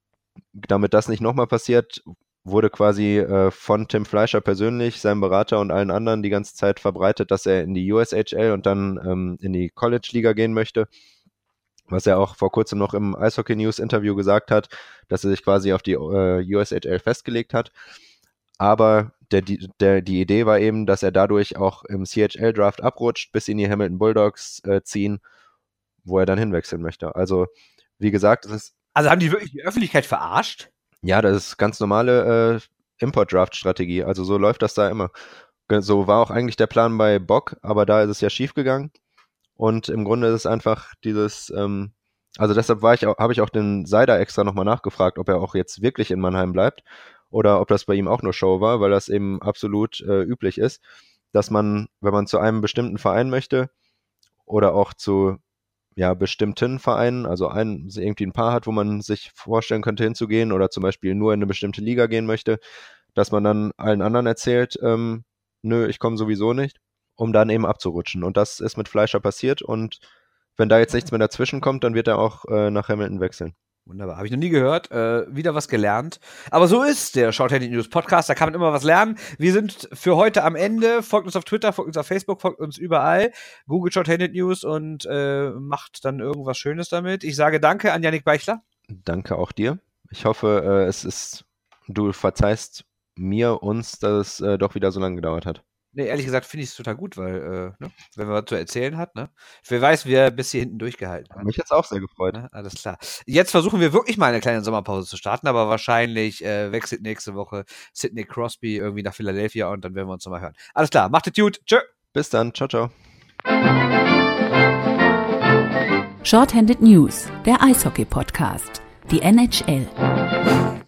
Damit das nicht nochmal passiert, wurde quasi äh, von Tim Fleischer persönlich, seinem Berater und allen anderen die ganze Zeit verbreitet, dass er in die U S H L und dann ähm, in die College-Liga gehen möchte. Was er auch vor kurzem noch im Eishockey News Interview gesagt hat, dass er sich quasi auf die äh, U S H L festgelegt hat. Aber der, der, die Idee war eben, dass er dadurch auch im C H L-Draft abrutscht, bis in die Hamilton Bulldogs äh, ziehen, wo er dann hinwechseln möchte. Also, wie gesagt, es ist. Also haben die wirklich die Öffentlichkeit verarscht? Ja, das ist ganz normale äh, Import-Draft-Strategie. Also so läuft das da immer. So war auch eigentlich der Plan bei Bock, aber da ist es ja schief gegangen. Und im Grunde ist es einfach dieses, ähm, also deshalb war ich auch, habe ich auch den Seider extra nochmal nachgefragt, ob er auch jetzt wirklich in Mannheim bleibt oder ob das bei ihm auch nur Show war, weil das eben absolut äh, üblich ist, dass man, wenn man zu einem bestimmten Verein möchte oder auch zu ja, bestimmten Vereinen, also ein, irgendwie ein Paar hat, wo man sich vorstellen könnte hinzugehen oder zum Beispiel nur in eine bestimmte Liga gehen möchte, dass man dann allen anderen erzählt, ähm, nö, ich komme sowieso nicht, um dann eben abzurutschen. Und das ist mit Fleischer passiert und wenn da jetzt nichts mehr dazwischen kommt, dann wird er auch äh, nach Hamilton wechseln. Wunderbar, habe ich noch nie gehört, äh, wieder was gelernt. Aber so ist der Shorthanded News Podcast, da kann man immer was lernen. Wir sind für heute am Ende. Folgt uns auf Twitter, folgt uns auf Facebook, folgt uns überall. Google Shorthanded News und äh, macht dann irgendwas Schönes damit. Ich sage danke an Yannick Beichler. Danke auch dir. Ich hoffe, äh, es ist, du verzeihst mir, uns, dass es äh, doch wieder so lange gedauert hat. Nee, ehrlich gesagt finde ich es total gut, weil, äh, ne, wenn man was zu erzählen hat, ne? Wer weiß, wer bis hier hinten durchgehalten hat. Mich hat es auch sehr gefreut. Ne? Alles klar. Jetzt versuchen wir wirklich mal eine kleine Sommerpause zu starten, aber wahrscheinlich äh, wechselt nächste Woche Sidney Crosby irgendwie nach Philadelphia und dann werden wir uns nochmal hören. Alles klar, macht es gut. Tschö. Bis dann. Ciao, ciao. Shorthanded News, der Eishockey-Podcast, die N H L.